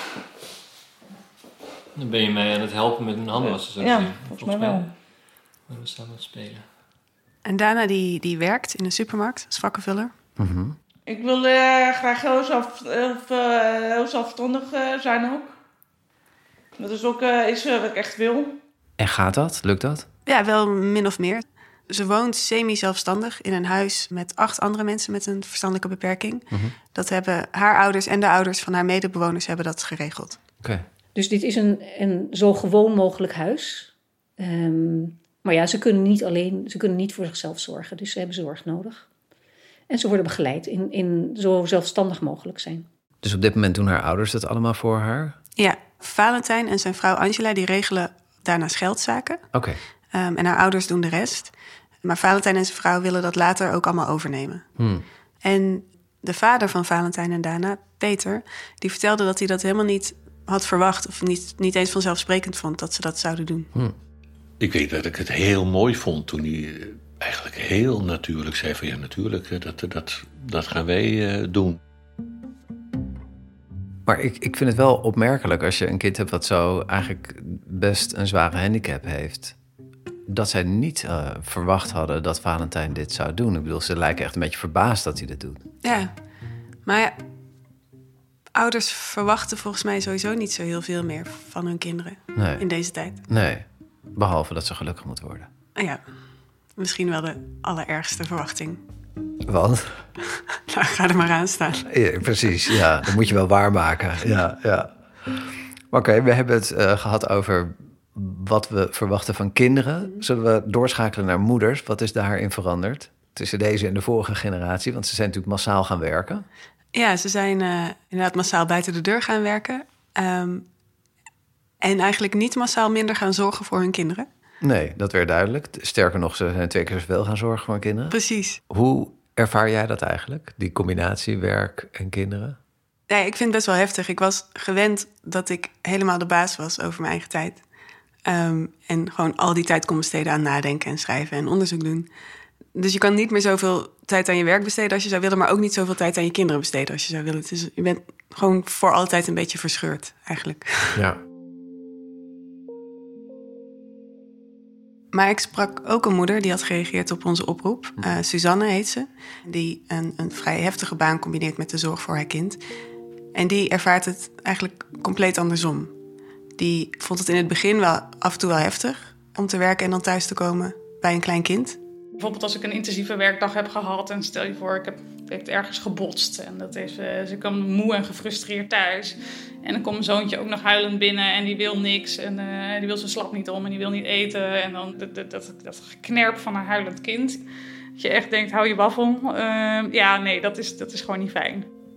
Dan ben je mij aan het helpen met mijn handen wassen. Ja, volgens, volgens mij wel. We zijn samen aan het spelen. En Dana die, die werkt in een supermarkt als vakkenvuller. Mm-hmm. Ik wil uh, graag heel, zelf, uh, heel zelfstandig uh, zijn ook. Dat is ook uh, iets uh, wat ik echt wil. En gaat dat? Lukt dat? Ja, wel min of meer. Ze woont semi-zelfstandig in een huis met acht andere mensen met een verstandelijke beperking. Mm-hmm. Dat hebben haar ouders en de ouders van haar medebewoners hebben dat geregeld. Oké. Okay. Dus dit is een, een zo gewoon mogelijk huis. Um, maar ja, ze kunnen niet alleen, ze kunnen niet voor zichzelf zorgen. Dus ze hebben zorg nodig. En ze worden begeleid in, in zo zelfstandig mogelijk zijn. Dus op dit moment doen haar ouders dat allemaal voor haar? Ja, Valentijn en zijn vrouw Angela die regelen Dana's geldzaken. Oké. Okay. Um, en haar ouders doen de rest. Maar Valentijn en zijn vrouw willen dat later ook allemaal overnemen. Hmm. En de vader van Valentijn en Dana, Peter, die vertelde dat hij dat helemaal niet had verwacht. Of niet, niet eens vanzelfsprekend vond dat ze dat zouden doen. Hmm. Ik weet dat ik het heel mooi vond toen hij eigenlijk heel natuurlijk zei van ja, natuurlijk, dat, dat, dat gaan wij uh, doen. Maar ik, ik vind het wel opmerkelijk als je een kind hebt wat zo eigenlijk best een zware handicap heeft, dat zij niet uh, verwacht hadden dat Valentijn dit zou doen. Ik bedoel, ze lijken echt een beetje verbaasd dat hij dit doet. Ja, maar ja, ouders verwachten volgens mij sowieso niet zo heel veel meer van hun kinderen nee. in deze tijd. Nee, behalve dat ze gelukkig moeten worden. Ja, misschien wel de allerergste verwachting. Want? Nou, ga er maar aan staan. Ja, precies, ja. Dat moet je wel waarmaken. Ja, ja. Oké, okay, we hebben het uh, gehad over wat we verwachten van kinderen. Zullen we doorschakelen naar moeders? Wat is daarin veranderd tussen deze en de vorige generatie? Want ze zijn natuurlijk massaal gaan werken. Ja, ze zijn uh, inderdaad massaal buiten de deur gaan werken. Um, en eigenlijk niet massaal minder gaan zorgen voor hun kinderen. Nee, dat werd duidelijk. Sterker nog, ze zijn twee keer zoveel gaan zorgen voor hun kinderen. Precies. Hoe ervaar jij dat eigenlijk? Die combinatie werk en kinderen? Ja, ik vind het best wel heftig. Ik was gewend dat ik helemaal de baas was over mijn eigen tijd. Um, en gewoon al die tijd kon besteden aan nadenken en schrijven en onderzoek doen. Dus je kan niet meer zoveel tijd aan je werk besteden als je zou willen, maar ook niet zoveel tijd aan je kinderen besteden als je zou willen. Dus je bent gewoon voor altijd een beetje verscheurd, eigenlijk. Ja. Maar ik sprak ook een moeder die had gereageerd op onze oproep. Uh, Suzanne heet ze. Die een, een vrij heftige baan combineert met de zorg voor haar kind. En die ervaart het eigenlijk compleet andersom. Die vond het in het begin wel af en toe wel heftig om te werken en dan thuis te komen bij een klein kind. Bijvoorbeeld als ik een intensieve werkdag heb gehad en stel je voor, ik heb direct ergens gebotst. En dat is, uh, dus ik kwam moe en gefrustreerd thuis. En dan komt mijn zoontje ook nog huilend binnen en die wil niks. En uh, die wil zijn slap niet om en die wil niet eten. En dan dat, dat, dat, dat geknerp van een huilend kind. Dat je echt denkt, hou je waffel. Uh, ja, nee, dat is, dat is gewoon niet fijn.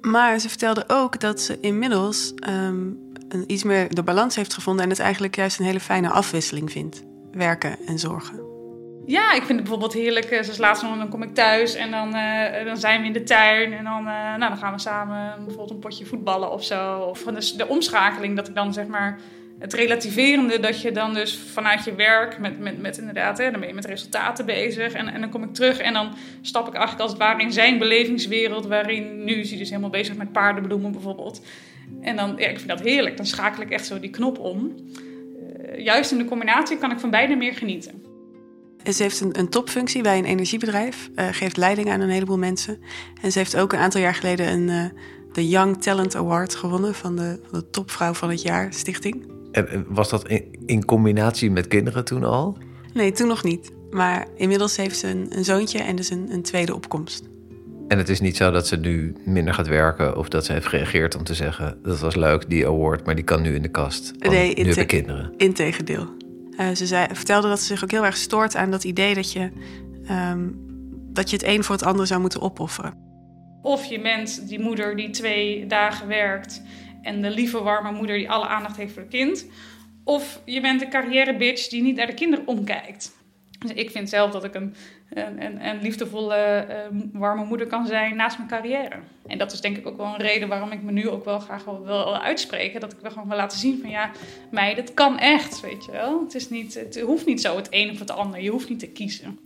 Maar ze vertelde ook dat ze inmiddels um, een, iets meer de balans heeft gevonden... en het eigenlijk juist een hele fijne afwisseling vindt. Werken en zorgen. Ja, ik vind het bijvoorbeeld heerlijk. Zoals laatst nog, dan kom ik thuis en dan, uh, dan zijn we in de tuin. En dan, uh, nou, dan gaan we samen bijvoorbeeld een potje voetballen of zo. Of de, de omschakeling, dat ik dan zeg maar... Het relativerende, dat je dan dus vanuit je werk... met, met, met inderdaad, hè, dan ben je met resultaten bezig. En, en dan kom ik terug en dan stap ik eigenlijk als het ware in zijn belevingswereld... waarin nu is hij dus helemaal bezig met paardenbloemen bijvoorbeeld. En dan, ja, ik vind dat heerlijk. Dan schakel ik echt zo die knop om. Uh, juist in de combinatie kan ik van beide meer genieten. Ze heeft een, een topfunctie bij een energiebedrijf. Uh, geeft leiding aan een heleboel mensen. En ze heeft ook een aantal jaar geleden een, uh, de Young Talent Award gewonnen... van de, van de Topvrouw van het Jaar stichting. En was dat in, in combinatie met kinderen toen al? Nee, toen nog niet. Maar inmiddels heeft ze een, een zoontje en dus een, een tweede opkomst. En het is niet zo dat ze nu minder gaat werken... of dat ze heeft gereageerd om te zeggen... dat was leuk, die award, maar die kan nu in de kast. Nee, nu hebben kinderen. Integendeel. Uh, ze zei, vertelde dat ze zich ook heel erg stoort aan dat idee... dat je, um, dat je het een voor het andere zou moeten opofferen. Of je bent die moeder die twee dagen werkt... en de lieve, warme moeder die alle aandacht heeft voor het kind. Of je bent de carrière-bitch die niet naar de kinderen omkijkt. Dus ik vind zelf dat ik een, een, een liefdevolle, uh, warme moeder kan zijn naast mijn carrière. En dat is denk ik ook wel een reden waarom ik me nu ook wel graag wil, wil uitspreken. Dat ik wel gewoon wil laten zien van ja, meid, het kan echt, weet je wel. Het, is niet, het hoeft niet zo het een of het ander. Je hoeft niet te kiezen.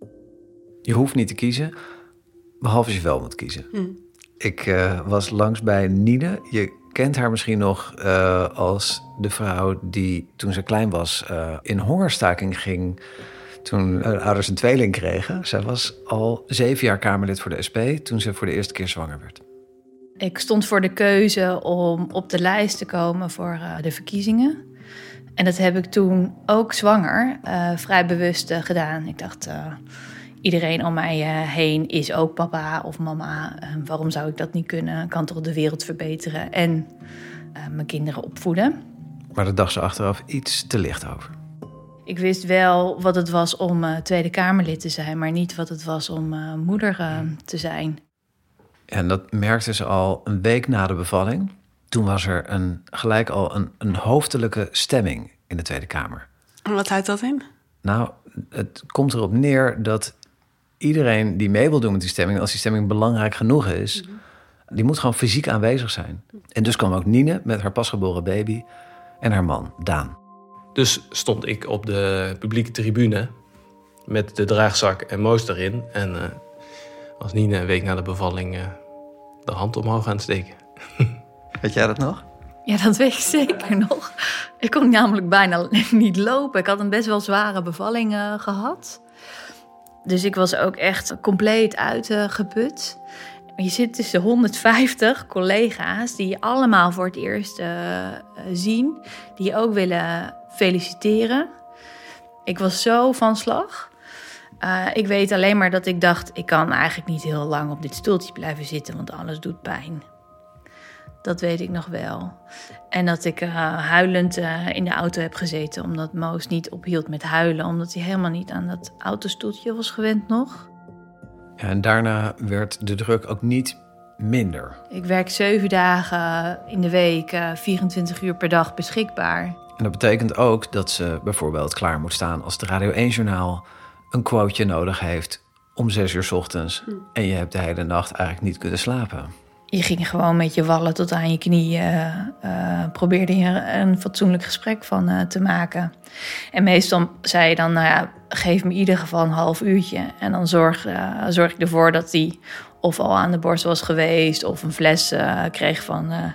Je hoeft niet te kiezen, behalve als je wel moet kiezen. Hm. Ik uh, was langs bij Nine. Je kent haar misschien nog uh, als de vrouw die toen ze klein was uh, in hongerstaking ging... toen uh, ouders een tweeling kregen. Zij was al zeven jaar Kamerlid voor de S P toen ze voor de eerste keer zwanger werd. Ik stond voor de keuze om op de lijst te komen voor uh, de verkiezingen. En dat heb ik toen ook zwanger uh, vrij bewust uh, gedaan. Ik dacht, uh, iedereen om mij uh, heen is ook papa of mama. Uh, waarom zou ik dat niet kunnen? Ik kan toch de wereld verbeteren en uh, mijn kinderen opvoeden. Maar daar dacht ze achteraf iets te licht over. Ik wist wel wat het was om uh, Tweede Kamerlid te zijn... maar niet wat het was om uh, moeder uh, te zijn. En dat merkte ze al een week na de bevalling. Toen was er een, gelijk al een, een hoofdelijke stemming in de Tweede Kamer. En wat houdt dat in? Nou, het komt erop neer dat iedereen die mee wil doen met die stemming... als die stemming belangrijk genoeg is... Mm-hmm. die moet gewoon fysiek aanwezig zijn. En dus kwam ook Nine met haar pasgeboren baby en haar man, Daan. Dus stond ik op de publieke tribune met de draagzak en Moos erin. En uh, was Nine een week na de bevalling uh, de hand omhoog aan het steken. Weet jij dat nog? Ja, dat weet ik zeker nog. Ik kon namelijk bijna niet lopen. Ik had een best wel zware bevalling uh, gehad. Dus ik was ook echt compleet uitgeput. Je zit tussen honderdvijftig collega's die je allemaal voor het eerst uh, zien. Die je ook willen feliciteren. Ik was zo van slag. Uh, ik weet alleen maar dat ik dacht... ik kan eigenlijk niet heel lang op dit stoeltje blijven zitten... want alles doet pijn. Dat weet ik nog wel. En dat ik uh, huilend uh, in de auto heb gezeten... omdat Moos niet ophield met huilen... omdat hij helemaal niet aan dat autostoeltje was gewend nog. Ja, en daarna werd de druk ook niet minder. Ik werk zeven dagen in de week, uh, vierentwintig uur per dag beschikbaar. En dat betekent ook dat ze bijvoorbeeld klaar moet staan... als het Radio één-journaal een quoteje nodig heeft om zes uur 's ochtends... Hm. en je hebt de hele nacht eigenlijk niet kunnen slapen. Je ging gewoon met je wallen tot aan je knieën... Uh, probeerde je een fatsoenlijk gesprek van uh, te maken. En meestal zei je dan, nou ja, geef me in ieder geval een half uurtje... en dan zorg, uh, zorg ik ervoor dat hij of al aan de borst was geweest... of een fles uh, kreeg van uh,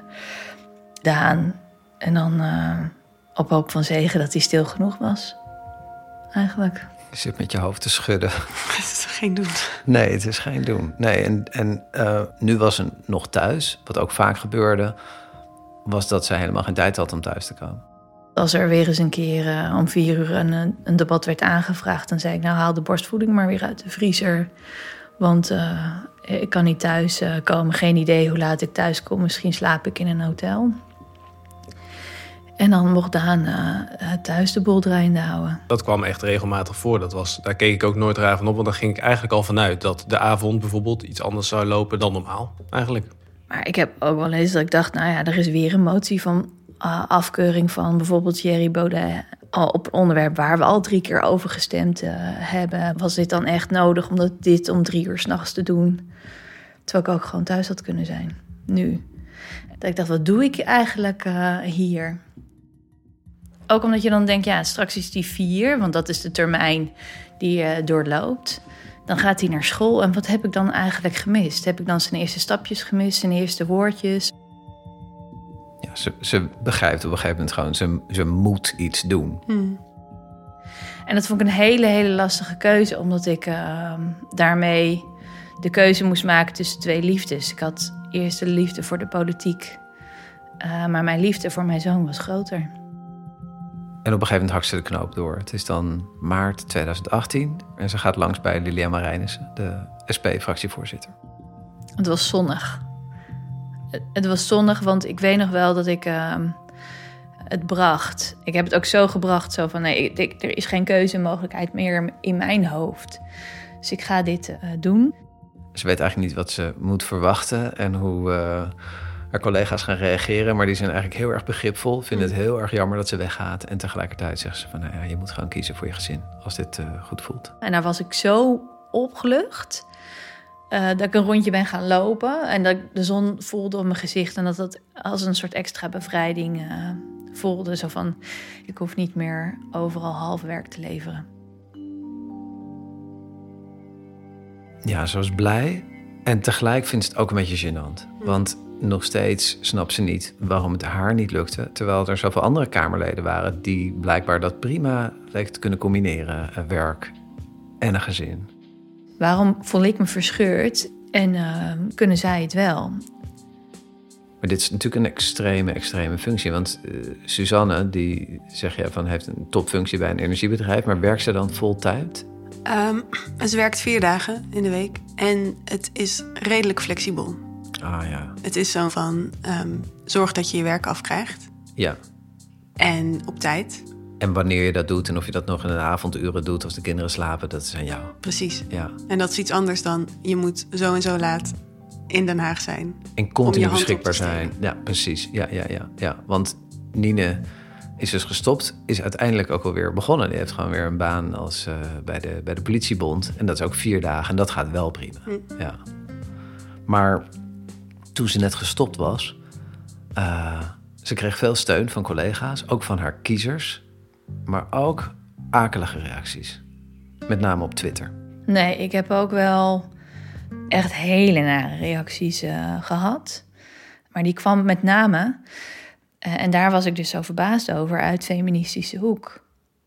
Daan. En dan uh, op hoop van zegen dat hij stil genoeg was, eigenlijk. Je zit met je hoofd te schudden. Het is geen doen. Nee, het is geen doen. Nee, en, en uh, nu was ze nog thuis, wat ook vaak gebeurde... was dat ze helemaal geen tijd had om thuis te komen. Als er weer eens een keer uh, om vier uur een, een debat werd aangevraagd... dan zei ik, nou haal de borstvoeding maar weer uit de vriezer. Want uh, ik kan niet thuis uh, komen, geen idee hoe laat ik thuis kom. Misschien slaap ik in een hotel. En dan mocht Daan uh, thuis de boel draaiende houden. Dat kwam echt regelmatig voor. Dat was, daar keek ik ook nooit raar van op. Want daar ging ik eigenlijk al vanuit dat de avond bijvoorbeeld iets anders zou lopen dan normaal. Eigenlijk. Maar ik heb ook wel eens dat ik dacht, nou ja, er is weer een motie van uh, afkeuring van bijvoorbeeld Thierry Baudet al op een onderwerp waar we al drie keer over gestemd uh, hebben. Was dit dan echt nodig om dat dit om drie uur 's nachts te doen? Terwijl ik ook gewoon thuis had kunnen zijn, nu. Dat ik dacht, wat doe ik eigenlijk uh, hier? Ook omdat je dan denkt, ja, straks is die vier, want dat is de termijn die uh, doorloopt. Dan gaat hij naar school en wat heb ik dan eigenlijk gemist? Heb ik dan zijn eerste stapjes gemist, zijn eerste woordjes? Ja, ze, ze begrijpt op een gegeven moment gewoon, ze, ze moet iets doen. Hmm. En dat vond ik een hele, hele lastige keuze, omdat ik uh, daarmee de keuze moest maken tussen twee liefdes. Ik had eerst de liefde voor de politiek, uh, maar mijn liefde voor mijn zoon was groter. En op een gegeven moment hakt ze de knoop door. Het is dan maart tweeduizend achttien en ze gaat langs bij Lilian Marijnissen, de S P-fractievoorzitter. Het was zonnig. Het was zonnig, want ik weet nog wel dat ik uh, het bracht. Ik heb het ook zo gebracht, zo van nee, ik, er is geen keuzemogelijkheid meer in mijn hoofd. Dus ik ga dit uh, doen. Ze weet eigenlijk niet wat ze moet verwachten en hoe uh, haar collega's gaan reageren. Maar die zijn eigenlijk heel erg begripvol, vinden het heel erg jammer dat ze weggaat. En tegelijkertijd zeggen ze van, nou ja, je moet gewoon kiezen voor je gezin als dit uh, goed voelt. En daar was ik zo opgelucht uh, dat ik een rondje ben gaan lopen. En dat ik de zon voelde op mijn gezicht. En dat dat als een soort extra bevrijding uh, voelde. Zo van, ik hoef niet meer overal half werk te leveren. Ja, ze was blij. En tegelijk vindt ze het ook een beetje gênant. Want nog steeds snapt ze niet waarom het haar niet lukte. Terwijl er zoveel andere Kamerleden waren die blijkbaar dat prima leken te kunnen combineren. Werk en een gezin. Waarom voel ik me verscheurd en uh, kunnen zij het wel? Maar dit is natuurlijk een extreme, extreme functie. Want uh, Suzanne, die zeg je van, heeft een topfunctie bij een energiebedrijf. Maar werkt ze dan voltijd? Um, ze werkt vier dagen in de week en het is redelijk flexibel. Ah ja. Het is zo van, um, zorg dat je je werk afkrijgt. Ja. En op tijd. En wanneer je dat doet en of je dat nog in de avonduren doet als de kinderen slapen, dat is aan jou. Precies. Ja. En dat is iets anders dan, je moet zo en zo laat in Den Haag zijn. En continu beschikbaar zijn. Ja, precies. Ja, ja, ja, ja. Want Nine is dus gestopt, is uiteindelijk ook alweer begonnen. Die heeft gewoon weer een baan als, uh, bij, de, bij de politiebond. En dat is ook vier dagen en dat gaat wel prima. Hm. Ja. Maar toen ze net gestopt was, uh, ze kreeg veel steun van collega's, ook van haar kiezers, maar ook akelige reacties. Met name op Twitter. Nee, ik heb ook wel echt hele nare reacties uh, gehad. Maar die kwam met name, uh, en daar was ik dus zo verbaasd over, uit feministische hoek.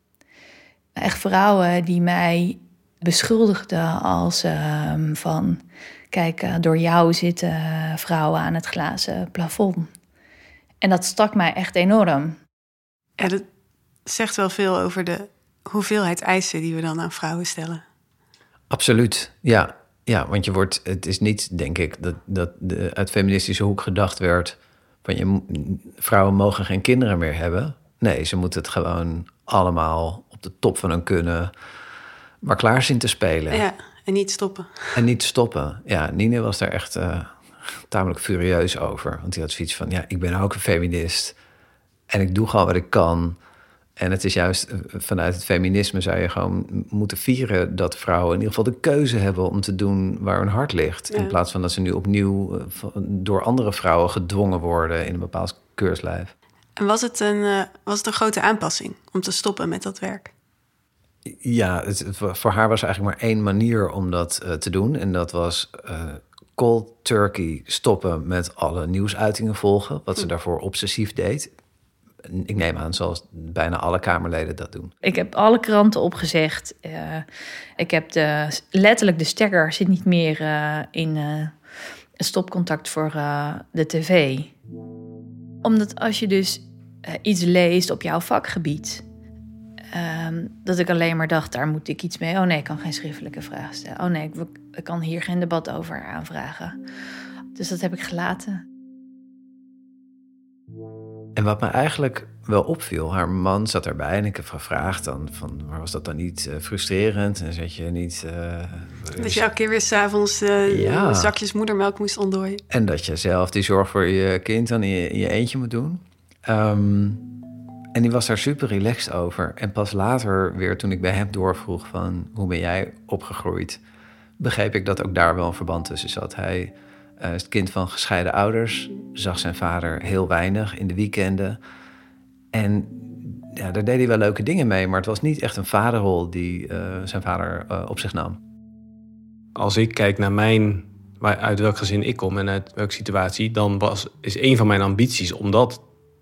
Echt vrouwen die mij beschuldigden als uh, van, kijk, uh, door jou zitten vrouwen aan het glazen plafond. En dat stak mij echt enorm. Ja, dat zegt wel veel over de hoeveelheid eisen die we dan aan vrouwen stellen. Absoluut, ja. Ja, want je wordt, het is niet, denk ik, dat, dat de, uit feministische hoek gedacht werd van je, vrouwen mogen geen kinderen meer hebben. Nee, ze moeten het gewoon allemaal op de top van hun kunnen, maar klaar zien te spelen. Ja, en niet stoppen. En niet stoppen. Ja, Nine was daar echt uh, tamelijk furieus over. Want die had zoiets van, ja, ik ben ook een feminist. En ik doe gewoon wat ik kan. En het is juist vanuit het feminisme zou je gewoon moeten vieren dat vrouwen in ieder geval de keuze hebben om te doen waar hun hart ligt. Ja. In plaats van dat ze nu opnieuw door andere vrouwen gedwongen worden in een bepaald keurslijf. En was het een, uh, was het een grote aanpassing om te stoppen met dat werk? Ja, het, voor haar was er eigenlijk maar één manier om dat uh, te doen. En dat was uh, cold turkey stoppen met alle nieuwsuitingen volgen. Wat ze daarvoor obsessief deed. Ik neem aan zoals bijna alle Kamerleden dat doen. Ik heb alle kranten opgezegd. Uh, ik heb de, letterlijk de stekker zit niet meer uh, in uh, een stopcontact voor uh, de tv. Omdat als je dus uh, iets leest op jouw vakgebied, Uh, dat ik alleen maar dacht, daar moet ik iets mee. Oh nee, ik kan geen schriftelijke vraag stellen. Oh nee, ik, ik kan hier geen debat over aanvragen. Dus dat heb ik gelaten. En wat me eigenlijk wel opviel, haar man zat erbij en ik heb gevraagd dan van, maar was dat dan niet uh, frustrerend? En zet je niet... Uh, dat je elke keer weer s'avonds uh, ja. zakjes moedermelk moest ontdooien. En dat je zelf die zorg voor je kind dan in je, in je eentje moet doen. Um, en die was daar super relaxed over. En pas later weer, toen ik bij hem doorvroeg van, hoe ben jij opgegroeid? Begreep ik dat ook daar wel een verband tussen zat. Hij uh, is het kind van gescheiden ouders, zag zijn vader heel weinig in de weekenden. En ja, daar deed hij wel leuke dingen mee, maar het was niet echt een vaderrol die uh, zijn vader uh, op zich nam. Als ik kijk naar mijn, uit welk gezin ik kom en uit welke situatie, dan was, is een van mijn ambities om dat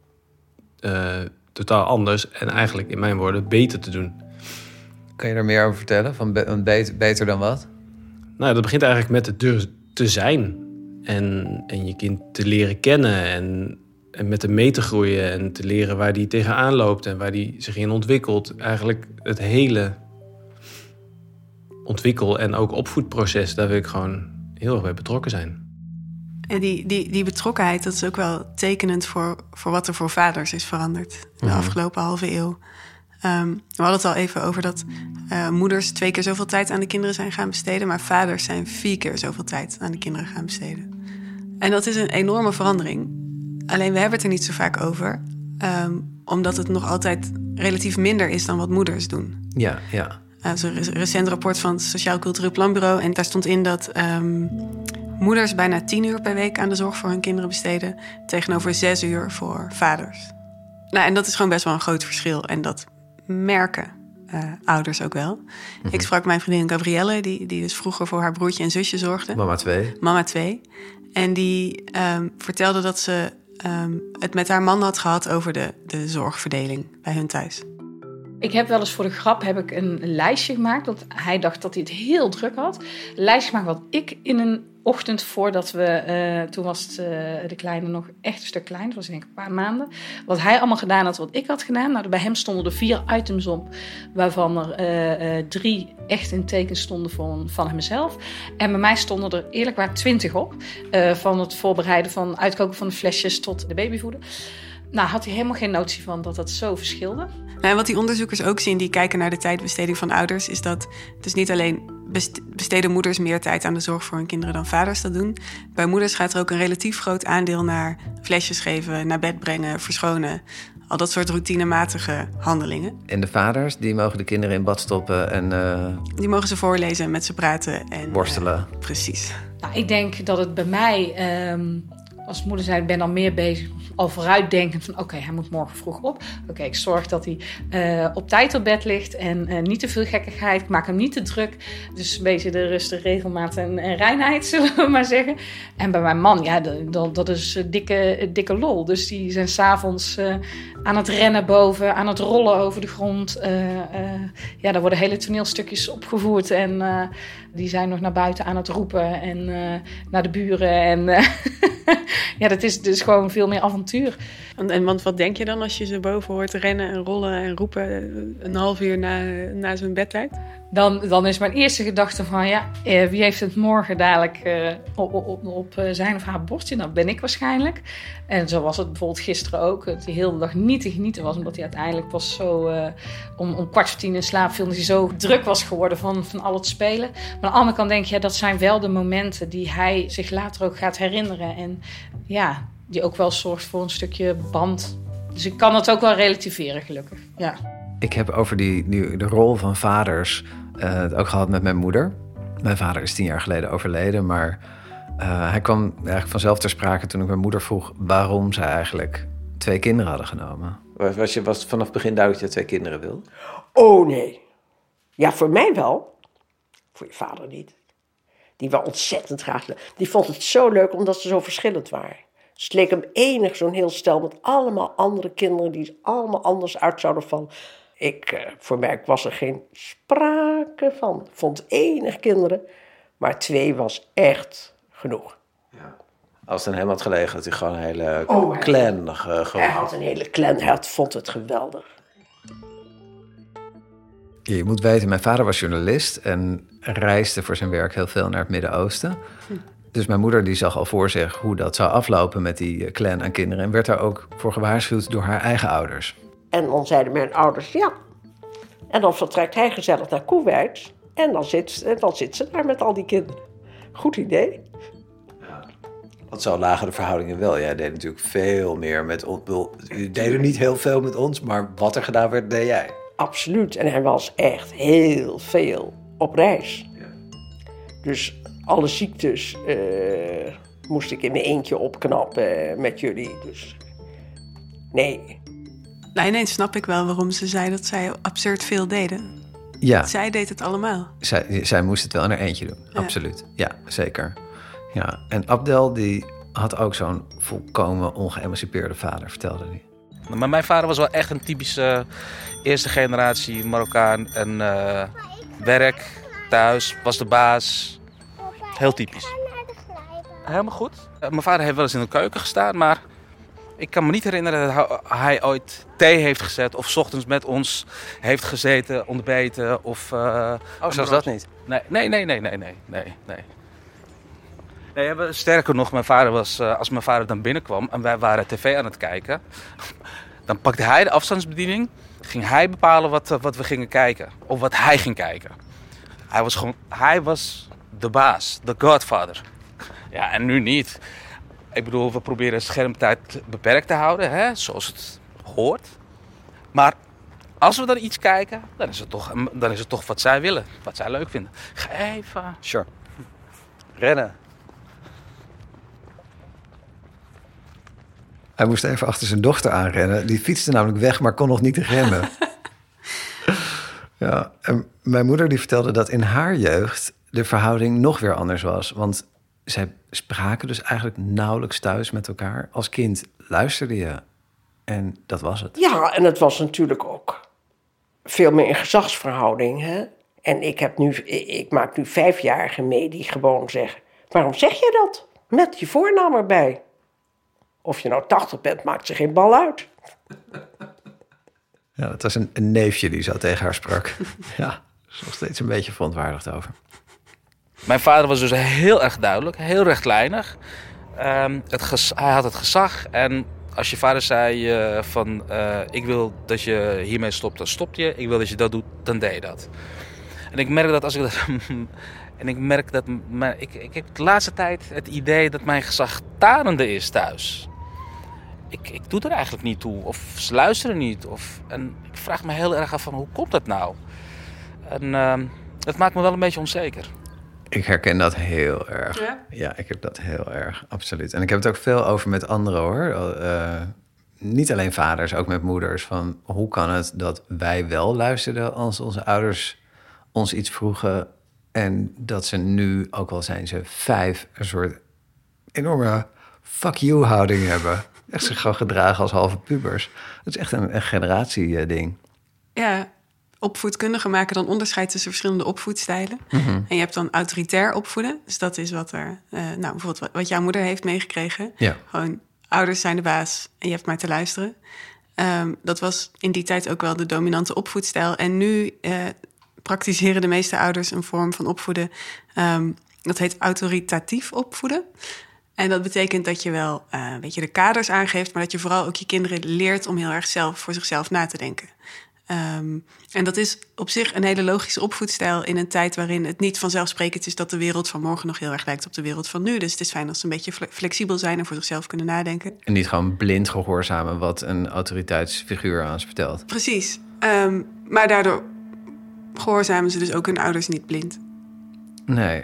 uh, totaal anders en eigenlijk in mijn woorden beter te doen. Kan je er meer over vertellen? Van be- beter, beter dan wat? Nou, dat begint eigenlijk met het durven te zijn en, en je kind te leren kennen en En met hem mee te groeien en te leren waar hij tegenaan loopt en waar hij zich in ontwikkelt. Eigenlijk het hele ontwikkel- en ook opvoedproces, daar wil ik gewoon heel erg bij betrokken zijn. En die, die, die betrokkenheid, dat is ook wel tekenend voor, voor wat er voor vaders is veranderd in de mm-hmm. afgelopen halve eeuw. Um, we hadden het al even over dat uh, moeders twee keer zoveel tijd aan de kinderen zijn gaan besteden, maar vaders zijn vier keer zoveel tijd aan de kinderen gaan besteden. En dat is een enorme verandering. Alleen we hebben het er niet zo vaak over. Um, omdat het nog altijd relatief minder is dan wat moeders doen. Ja, ja. Dat is een recent rapport van het Sociaal Cultureel Planbureau. En daar stond in dat um, moeders bijna tien uur per week aan de zorg voor hun kinderen besteden. Tegenover zes uur voor vaders. Nou, en dat is gewoon best wel een groot verschil. En dat merken uh, ouders ook wel. Mm-hmm. Ik sprak mijn vriendin Gabrielle, die, die dus vroeger voor haar broertje en zusje zorgde. Mama twee. Mama twee. En die um, vertelde dat ze um, het met haar man had gehad over de, de zorgverdeling bij hun thuis. Ik heb wel eens voor de grap heb ik een lijstje gemaakt. Want hij dacht dat hij het heel druk had. Een lijstje gemaakt wat ik in een ochtend voordat we... Uh, toen was het, uh, de kleine nog echt een stuk klein. Dat was denk ik een paar maanden. Wat hij allemaal gedaan had, wat ik had gedaan. Nou, bij hem stonden er vier items op. Waarvan er uh, uh, drie echt in teken stonden van, van hemzelf. En bij mij stonden er eerlijk waar twintig op. Uh, van het voorbereiden van uitkoken van de flesjes tot de babyvoeden. Nou, had hij helemaal geen notie van dat dat zo verschilde. Nou, en wat die onderzoekers ook zien, die kijken naar de tijdbesteding van ouders, is dat dus niet alleen besteden moeders meer tijd aan de zorg voor hun kinderen dan vaders dat doen. Bij moeders gaat er ook een relatief groot aandeel naar flesjes geven, naar bed brengen, verschonen. Al dat soort routinematige handelingen. En de vaders, die mogen de kinderen in bad stoppen en... Uh... Die mogen ze voorlezen en met ze praten. En, worstelen. Uh, precies. Nou, ik denk dat het bij mij... Um... Als moeder zijn, ben dan meer bezig, al vooruitdenkend van... oké, okay, hij moet morgen vroeg op. Oké, okay, ik zorg dat hij uh, op tijd op bed ligt en uh, niet te veel gekkigheid. Ik maak hem niet te druk. Dus een beetje de rust, de regelmaat en, en reinheid, zullen we maar zeggen. En bij mijn man, ja, dat, dat is uh, dikke, dikke lol. Dus die zijn s'avonds uh, aan het rennen boven, aan het rollen over de grond. Uh, uh, ja, daar worden hele toneelstukjes opgevoerd. En uh, die zijn nog naar buiten aan het roepen en uh, naar de buren en... Uh, Ja, dat is dus gewoon veel meer avontuur. En, en want wat denk je dan als je ze boven hoort rennen en rollen en roepen een half uur na, na zijn bedtijd? Dan, dan is mijn eerste gedachte van ja, wie heeft het morgen dadelijk uh, op, op, op zijn of haar bordje? Dat ben ik waarschijnlijk. En zo was het bijvoorbeeld gisteren ook. Dat hij de hele dag niet te genieten was. Omdat hij uiteindelijk pas zo uh, om, om kwart voor tien in slaap viel. Omdat hij zo druk was geworden van, van al het spelen. Maar aan de andere kant denk je, ja, dat zijn wel de momenten die hij zich later ook gaat herinneren. En ja, die ook wel zorgt voor een stukje band. Dus ik kan het ook wel relativeren, gelukkig. Ja. Ik heb over die, die, de rol van vaders uh, het ook gehad met mijn moeder. Mijn vader is tien jaar geleden overleden, maar uh, hij kwam eigenlijk vanzelf ter sprake toen ik mijn moeder vroeg waarom zij eigenlijk twee kinderen hadden genomen. Was, je, was het vanaf het begin duidelijk dat je twee kinderen wil? Oh nee. Ja, voor mij wel. Voor je vader niet. Die wel ontzettend graag. Die vond het zo leuk omdat ze zo verschillend waren. Dus het leek hem enig zo'n heel stel met allemaal andere kinderen die allemaal anders uit zouden vallen. Ik, uh, voor mij was er geen sprake van. Ik vond enig kinderen, maar twee was echt genoeg. Ja. Als het aan hem had gelegen, had hij gewoon een hele oh, clan nog uh, gewoon. Hij had een hele clan, hij had, vond het geweldig. Je moet weten, mijn vader was journalist en reisde voor zijn werk heel veel naar het Midden-Oosten. Hm. Dus mijn moeder die zag al voor zich hoe dat zou aflopen met die clan aan kinderen. En werd daar ook voor gewaarschuwd door haar eigen ouders. En dan zeiden mijn ouders ja. En dan vertrekt hij gezellig naar Koeweit. En dan zit, dan zit ze daar met al die kinderen. Goed idee. Want zo lagen de verhoudingen wel. Jij deed natuurlijk veel meer met ons. Je deed er niet heel veel met ons, maar wat er gedaan werd, deed jij. Absoluut. En hij was echt heel veel op reis. Ja. Dus alle ziektes uh, moest ik in mijn eentje opknappen met jullie. Dus nee. Nou, ineens snap ik wel waarom ze zei dat zij absurd veel deden. Ja. Zij deed het allemaal. Zij, zij moest het wel in haar eentje doen, ja. Absoluut. Ja, zeker. Ja. En Abdel die had ook zo'n volkomen ongeëmancipeerde vader, vertelde hij. Maar mijn vader was wel echt een typische eerste generatie Marokkaan. En uh, werk, thuis, was de baas. Heel typisch. Helemaal goed. Uh, mijn vader heeft wel eens in de keuken gestaan, maar ik kan me niet herinneren dat hij ooit thee heeft gezet of 's ochtends met ons heeft gezeten, ontbeten of... Uh, oh, zelfs dat niet? Nee, nee, nee, nee, nee, nee, nee. nee. nee sterker nog, mijn vader was, uh, als mijn vader dan binnenkwam en wij waren tv aan het kijken, dan pakte hij de afstandsbediening, ging hij bepalen wat, uh, wat we gingen kijken. Of wat hij ging kijken. Hij was gewoon, hij was de baas, de godfather. Ja, en nu niet. Ik bedoel, we proberen schermtijd beperkt te houden, hè, zoals het hoort. Maar als we dan iets kijken, dan is het toch, dan is het toch wat zij willen, wat zij leuk vinden. Ga even. Sure. Rennen. Hij moest even achter zijn dochter aanrennen. Die fietste namelijk weg, maar kon nog niet remmen. Ja, en mijn moeder die vertelde dat in haar jeugd de verhouding nog weer anders was. Want zij spraken dus eigenlijk nauwelijks thuis met elkaar. Als kind luisterde je en dat was het. Ja, en het was natuurlijk ook veel meer een gezagsverhouding. Hè? En ik, heb nu, ik maak nu vijfjarigen mee die gewoon zeggen... waarom zeg je dat? Met je voornaam erbij. Of je nou tachtig bent, maakt ze geen bal uit. Ja, dat was een, een neefje die zo tegen haar sprak. Ja, er is nog steeds een beetje verontwaardigd over. Mijn vader was dus heel erg duidelijk, heel rechtlijnig. Um, het ges- hij had het gezag en als je vader zei uh, van... Uh, ik wil dat je hiermee stopt, dan stop je. Ik wil dat je dat doet, dan deed je dat. En ik merk dat als ik dat... en ik merk dat... Mijn, ik, ik heb de laatste tijd het idee dat mijn gezag tarende is thuis. Ik, ik doe er eigenlijk niet toe. Of ze luisteren niet. Of, en ik vraag me heel erg af van hoe komt dat nou? En uh, dat maakt me wel een beetje onzeker. Ik herken dat heel erg. Ja? Ja, ik heb dat heel erg, absoluut. En ik heb het ook veel over met anderen, hoor. Uh, niet alleen vaders, ook met moeders. Van hoe kan het dat wij wel luisterden als onze ouders ons iets vroegen... en dat ze nu, ook al zijn ze vijf, een soort enorme fuck you houding hebben. Echt zich gewoon gedragen als halve pubers. Dat is echt een, een generatieding. Ja, opvoedkundigen maken dan onderscheid tussen verschillende opvoedstijlen. Mm-hmm. En je hebt dan autoritair opvoeden. Dus dat is wat er, uh, nou bijvoorbeeld wat jouw moeder heeft meegekregen. Ja. Gewoon, ouders zijn de baas en je hebt maar te luisteren. Um, dat was in die tijd ook wel de dominante opvoedstijl. En nu uh, praktiseren de meeste ouders een vorm van opvoeden. Um, dat heet autoritatief opvoeden. En dat betekent dat je wel uh, weet je, de kaders aangeeft... maar dat je vooral ook je kinderen leert om heel erg zelf voor zichzelf na te denken. Um, en dat is op zich een hele logische opvoedstijl... in een tijd waarin het niet vanzelfsprekend is... dat de wereld van morgen nog heel erg lijkt op de wereld van nu. Dus het is fijn als ze een beetje flexibel zijn... en voor zichzelf kunnen nadenken. En niet gewoon blind gehoorzamen wat een autoriteitsfiguur aan ze vertelt. Precies. Um, maar daardoor gehoorzamen ze dus ook hun ouders niet blind. Nee.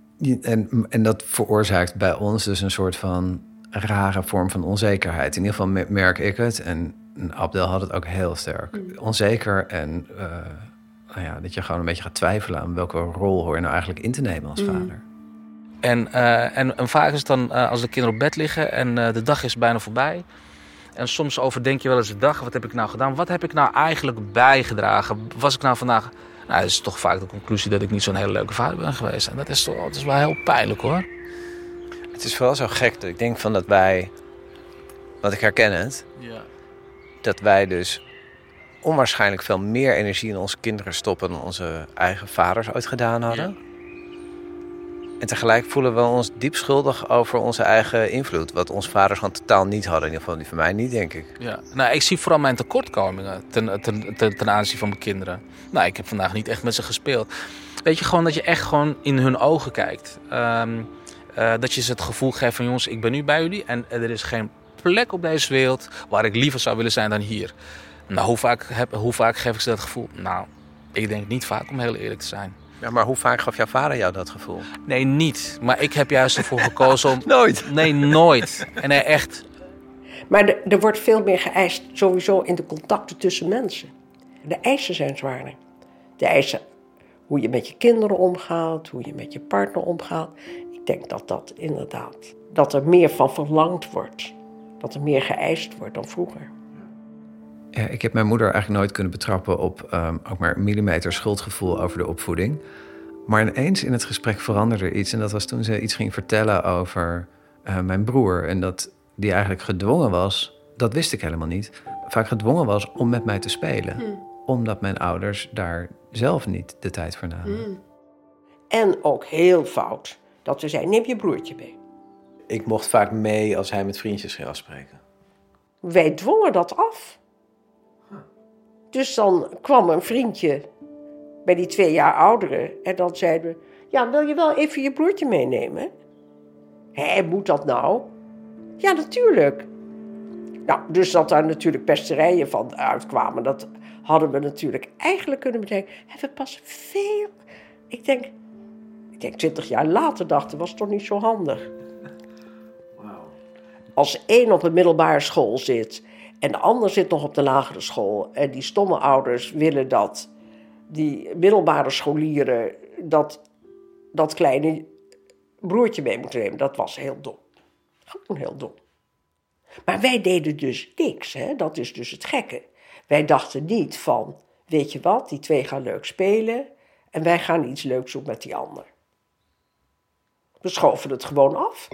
En, en dat veroorzaakt bij ons dus een soort van rare vorm van onzekerheid. In ieder geval merk ik het. En Abdel had het ook heel sterk. Mm. Onzeker en uh, nou ja, dat je gewoon een beetje gaat twijfelen... aan welke rol hoor je nou eigenlijk in te nemen als vader. Mm. En, uh, en, en vaak is het dan uh, als de kinderen op bed liggen en uh, de dag is bijna voorbij... en soms overdenk je wel eens de dag, wat heb ik nou gedaan? Wat heb ik nou eigenlijk bijgedragen? Was ik nou vandaag... Nou, dat is toch vaak de conclusie dat ik niet zo'n hele leuke vader ben geweest. En dat is, toch, dat is wel heel pijnlijk, hoor. Het is vooral zo gek dat ik denk van dat wij... Want ik herken het. Ja. Dat wij dus onwaarschijnlijk veel meer energie in onze kinderen stoppen... dan onze eigen vaders ooit gedaan hadden. En tegelijk voelen we ons diep schuldig over onze eigen invloed. Wat onze vaders gewoon totaal niet hadden. In ieder geval die van mij niet, denk ik. Ja. Nou, ik zie vooral mijn tekortkomingen ten, ten, ten, ten aanzien van mijn kinderen. Nou, ik heb vandaag niet echt met ze gespeeld. Weet je, gewoon dat je echt gewoon in hun ogen kijkt. Um, uh, dat je ze het gevoel geeft van jongens, ik ben nu bij jullie. En er is geen plek op deze wereld waar ik liever zou willen zijn dan hier. Nou, hoe vaak, heb, hoe vaak geef ik ze dat gevoel? Nou, ik denk niet vaak, om heel eerlijk te zijn. Ja, maar hoe vaak gaf jouw vader jou dat gevoel? Nee, niet. Maar ik heb juist ervoor gekozen om... Nooit? Nee, nooit. En nee, echt. Maar er, er wordt veel meer geëist sowieso in de contacten tussen mensen. De eisen zijn zwaarder. De eisen hoe je met je kinderen omgaat, hoe je met je partner omgaat. Ik denk dat dat inderdaad, dat er meer van verlangd wordt. Dat er meer geëist wordt dan vroeger. Ja, ik heb mijn moeder eigenlijk nooit kunnen betrappen op um, ook maar een millimeter schuldgevoel over de opvoeding. Maar ineens in het gesprek veranderde er iets. En dat was toen ze iets ging vertellen over uh, mijn broer. En dat die eigenlijk gedwongen was, dat wist ik helemaal niet, vaak gedwongen was om met mij te spelen. Hmm. Omdat mijn ouders daar zelf niet de tijd voor namen. Hmm. En ook heel fout dat we zeiden, neem je broertje mee. Ik mocht vaak mee als hij met vriendjes ging afspreken. Wij dwongen dat af. Dus dan kwam een vriendje bij die twee jaar ouderen en dan zeiden we, ja, wil je wel even je broertje meenemen? Hé, moet dat nou? Ja, natuurlijk. Nou, dus dat daar natuurlijk pesterijen van uitkwamen, dat hadden we natuurlijk eigenlijk kunnen bedenken. En we pas veel, ik denk, ik denk twintig jaar later dachten, was toch niet zo handig. Wow. Als één op een middelbare school zit en de ander zit nog op de lagere school en die stomme ouders willen dat die middelbare scholieren dat, dat kleine broertje mee moeten nemen, dat was heel dom. Gewoon heel dom. Maar wij deden dus niks, hè? Dat is dus het gekke. Wij dachten niet van, weet je wat, die twee gaan leuk spelen en wij gaan iets leuks doen met die ander. We schoven het gewoon af.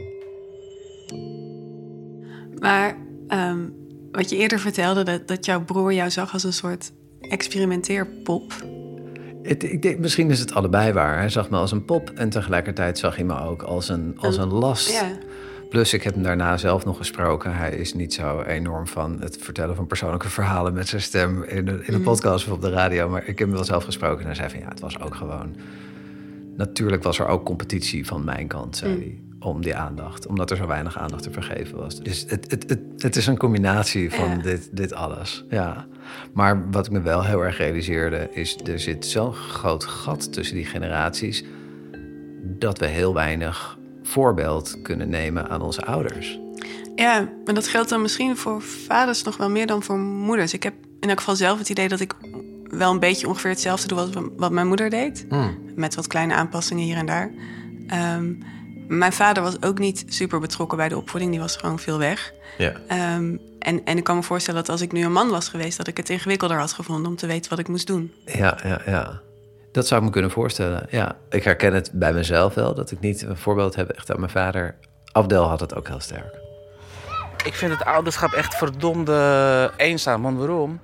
Maar um, wat je eerder vertelde, dat, dat jouw broer jou zag als een soort experimenteerpop. Het, ik denk, misschien is het allebei waar. Hij zag me als een pop en tegelijkertijd zag hij me ook als een, als een last. Ja. Plus, ik heb hem daarna zelf nog gesproken. Hij is niet zo enorm van het vertellen van persoonlijke verhalen met zijn stem in een, in een podcast of op de radio. Maar ik heb hem wel zelf gesproken en hij zei van ja, het was ook gewoon... Natuurlijk was er ook competitie van mijn kant, zei mm. hij, om die aandacht. Omdat er zo weinig aandacht te vergeven was. Dus het, het, het, het is een combinatie van ja. dit, dit alles. Ja. Maar wat ik me wel heel erg realiseerde is, er zit zo'n groot gat tussen die generaties dat we heel weinig voorbeeld kunnen nemen aan onze ouders. Ja, maar dat geldt dan misschien voor vaders nog wel meer dan voor moeders. Ik heb in elk geval zelf het idee dat ik wel een beetje ongeveer hetzelfde doe als wat mijn moeder deed. Hmm. Met wat kleine aanpassingen hier en daar. Um, mijn vader was ook niet super betrokken bij de opvoeding. Die was gewoon veel weg. Ja. Um, en, en ik kan me voorstellen dat als ik nu een man was geweest, dat ik het ingewikkelder had gevonden om te weten wat ik moest doen. Ja, ja, ja. Dat zou ik me kunnen voorstellen. Ja, ik herken het bij mezelf wel, dat ik niet een voorbeeld heb echt aan mijn vader. Abdel had het ook heel sterk. Ik vind het ouderschap echt verdomde eenzaam. Want waarom?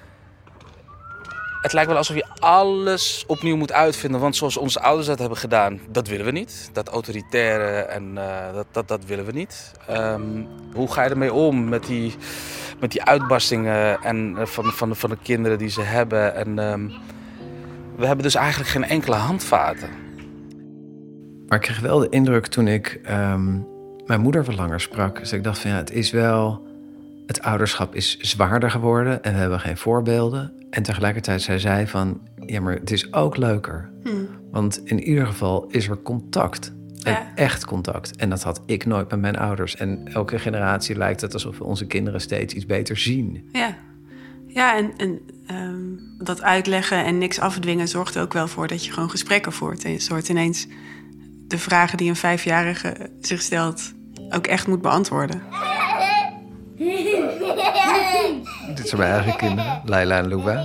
Het lijkt wel alsof je alles opnieuw moet uitvinden. Want zoals onze ouders dat hebben gedaan, dat willen we niet. Dat autoritaire, en uh, dat, dat, dat willen we niet. Um, hoe ga je ermee om met die, met die uitbarstingen en, uh, van, van, de, van de kinderen die ze hebben? En, um, we hebben dus eigenlijk geen enkele handvaten. Maar ik kreeg wel de indruk toen ik um, mijn moeder wat langer sprak. Dus ik dacht van ja, het is wel... Het ouderschap is zwaarder geworden en we hebben geen voorbeelden. En tegelijkertijd zei zij van, ja, maar het is ook leuker. Hmm. Want in ieder geval is er contact. Ja. En echt contact. En dat had ik nooit met mijn ouders. En elke generatie lijkt het alsof we onze kinderen steeds iets beter zien. Ja, ja en, en um, dat uitleggen en niks afdwingen zorgt er ook wel voor dat je gewoon gesprekken voert. En je soort ineens de vragen die een vijfjarige zich stelt ook echt moet beantwoorden. Dit zijn mijn eigen kinderen, Laila en Louba.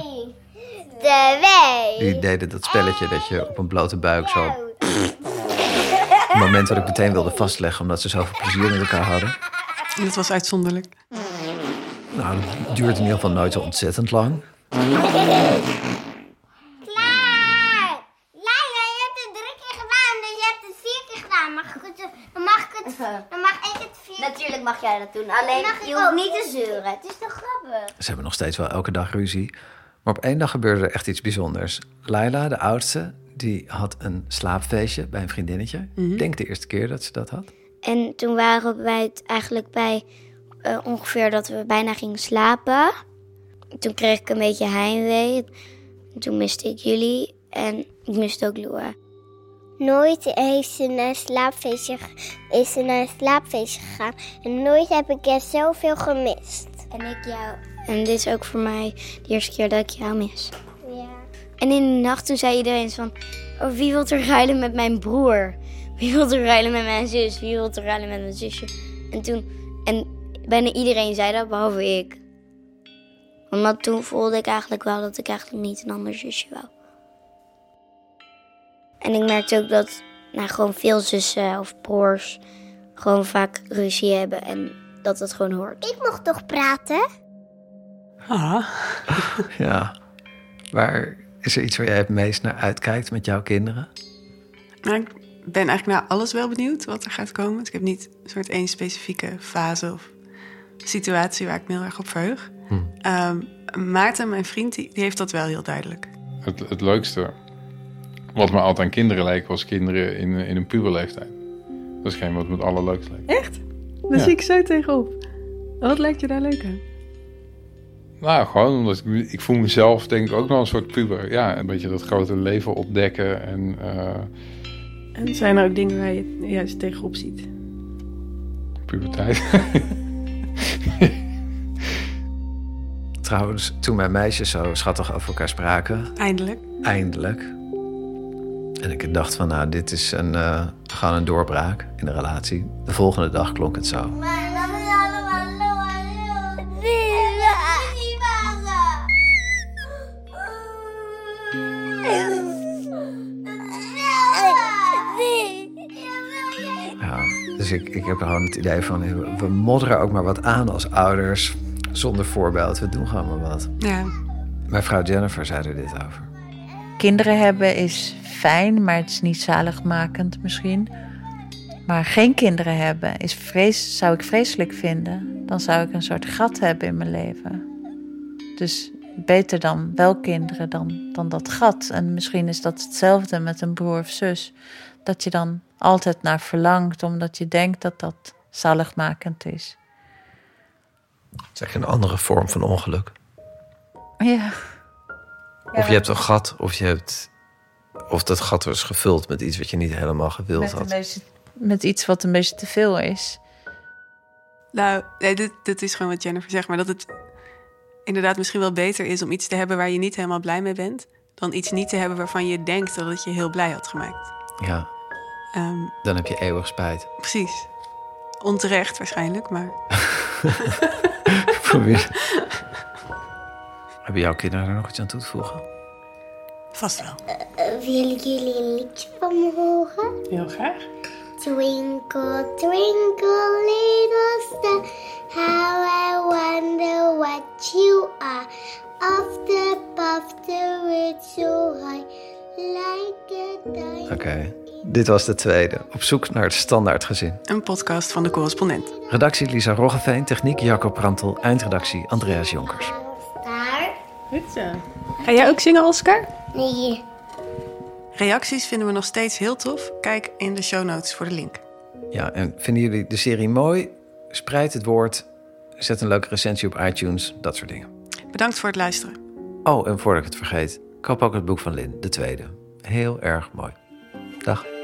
Die deden dat spelletje dat je op een blote buik zo... Het moment dat ik meteen wilde vastleggen, omdat ze zoveel plezier met elkaar hadden. En dat was uitzonderlijk. Nou, het duurt in ieder geval nooit zo ontzettend lang. Klaar! Laila, je hebt het drie keer gedaan, dus je hebt het vier keer gedaan. doen. Alleen, je hoeft niet te zeuren. Het is toch grappig? Ze hebben nog steeds wel elke dag ruzie. Maar op één dag gebeurde er echt iets bijzonders. Laila, de oudste, die had een slaapfeestje bij een vriendinnetje. Mhm. Ik denk de eerste keer dat ze dat had. En toen waren wij het eigenlijk bij uh, ongeveer dat we bijna gingen slapen. Toen kreeg ik een beetje heimwee. En toen miste ik jullie en ik miste ook Lua. Nooit heeft ze naar een slaapfeestje, is ze naar een slaapfeestje gegaan. En nooit heb ik er zoveel gemist. En ik jou. En dit is ook voor mij de eerste keer dat ik jou mis. Ja. En in de nacht toen zei iedereen van... Oh, wie wil er ruilen met mijn broer? Wie wil er ruilen met mijn zus? Wie wil er ruilen met mijn zusje? En toen... En bijna iedereen zei dat, behalve ik. Want toen voelde ik eigenlijk wel dat ik eigenlijk niet een ander zusje wou. En ik merkte ook dat nou, gewoon veel zussen of broers gewoon vaak ruzie hebben en dat het gewoon hoort. Ik mocht toch praten? Ah. Ja. Waar is er iets waar jij het meest naar uitkijkt met jouw kinderen? Nou, ik ben eigenlijk naar alles wel benieuwd wat er gaat komen. Dus ik heb niet een soort één specifieke fase of situatie waar ik me heel erg op verheug. Hm. Um, Maarten, mijn vriend, die, die heeft dat wel heel duidelijk. Het, het leukste wat me altijd aan kinderen leek, was kinderen in, in een puberleeftijd. Dat is geen wat me het allerleukste leek. Echt? Daar Ja. zie ik zo tegenop. Wat lijkt je daar leuk aan? Nou, gewoon omdat ik, ik voel mezelf denk ik ook nog een soort puber. Ja, een beetje dat grote leven opdekken en... Uh, En zijn er ook dingen waar je juist tegenop ziet? Puberteit. Trouwens, toen mijn meisjes zo schattig over elkaar spraken... Eindelijk. Eindelijk. En ik dacht van, nou, dit is een, uh, gewoon een doorbraak in de relatie. De volgende dag klonk het zo. Ja, dus ik, ik heb gewoon het idee van, we modderen ook maar wat aan als ouders... zonder voorbeeld, we doen gewoon maar wat. Ja. Mijn vrouw Jennifer zei er dit over. Kinderen hebben is fijn, maar het is niet zaligmakend misschien. Maar geen kinderen hebben is vrees, zou ik vreselijk vinden. Dan zou ik een soort gat hebben in mijn leven. Dus beter dan wel kinderen dan, dan dat gat. En misschien is dat hetzelfde met een broer of zus. Dat je dan altijd naar verlangt, omdat je denkt dat dat zaligmakend is. Zeg je een andere vorm van ongeluk? Ja. Of je hebt een gat, of je hebt... Of dat gat was gevuld met iets wat je niet helemaal gewild Met, had. een beetje, met iets wat een beetje te veel is. Nou, nee, dit, dit is gewoon wat Jennifer zegt. Maar dat het inderdaad misschien wel beter is om iets te hebben waar je niet helemaal blij mee bent. Dan iets niet te hebben waarvan je denkt dat het je heel blij had gemaakt. Ja, Um, dan heb je eeuwig spijt. precies. Onterecht waarschijnlijk, maar... Probeer. Hebben jouw kinderen er nog iets aan toe te voegen? Vast wel. Uh, willen jullie een liedje van me horen? Heel graag. Twinkle, twinkle, little star, how I wonder what you are. Off the puff the world so high, like a diamond. Oké, okay. Dit was de tweede. Op zoek naar het standaardgezin. Een podcast van De Correspondent. Redactie Lisa Roggeveen, techniek Jacob Rantel, eindredactie Andreas Jonkers. Daar. Goed zo. Ga jij ook zingen, Oscar? Nee. Reacties vinden we nog steeds heel tof. Kijk in de show notes voor de link. Ja, en vinden jullie de serie mooi? Spreid het woord. Zet een leuke recensie op iTunes. Dat soort dingen. Bedankt voor het luisteren. Oh, en voordat ik het vergeet. Koop ook het boek van Lin, de tweede. Heel erg mooi. Dag.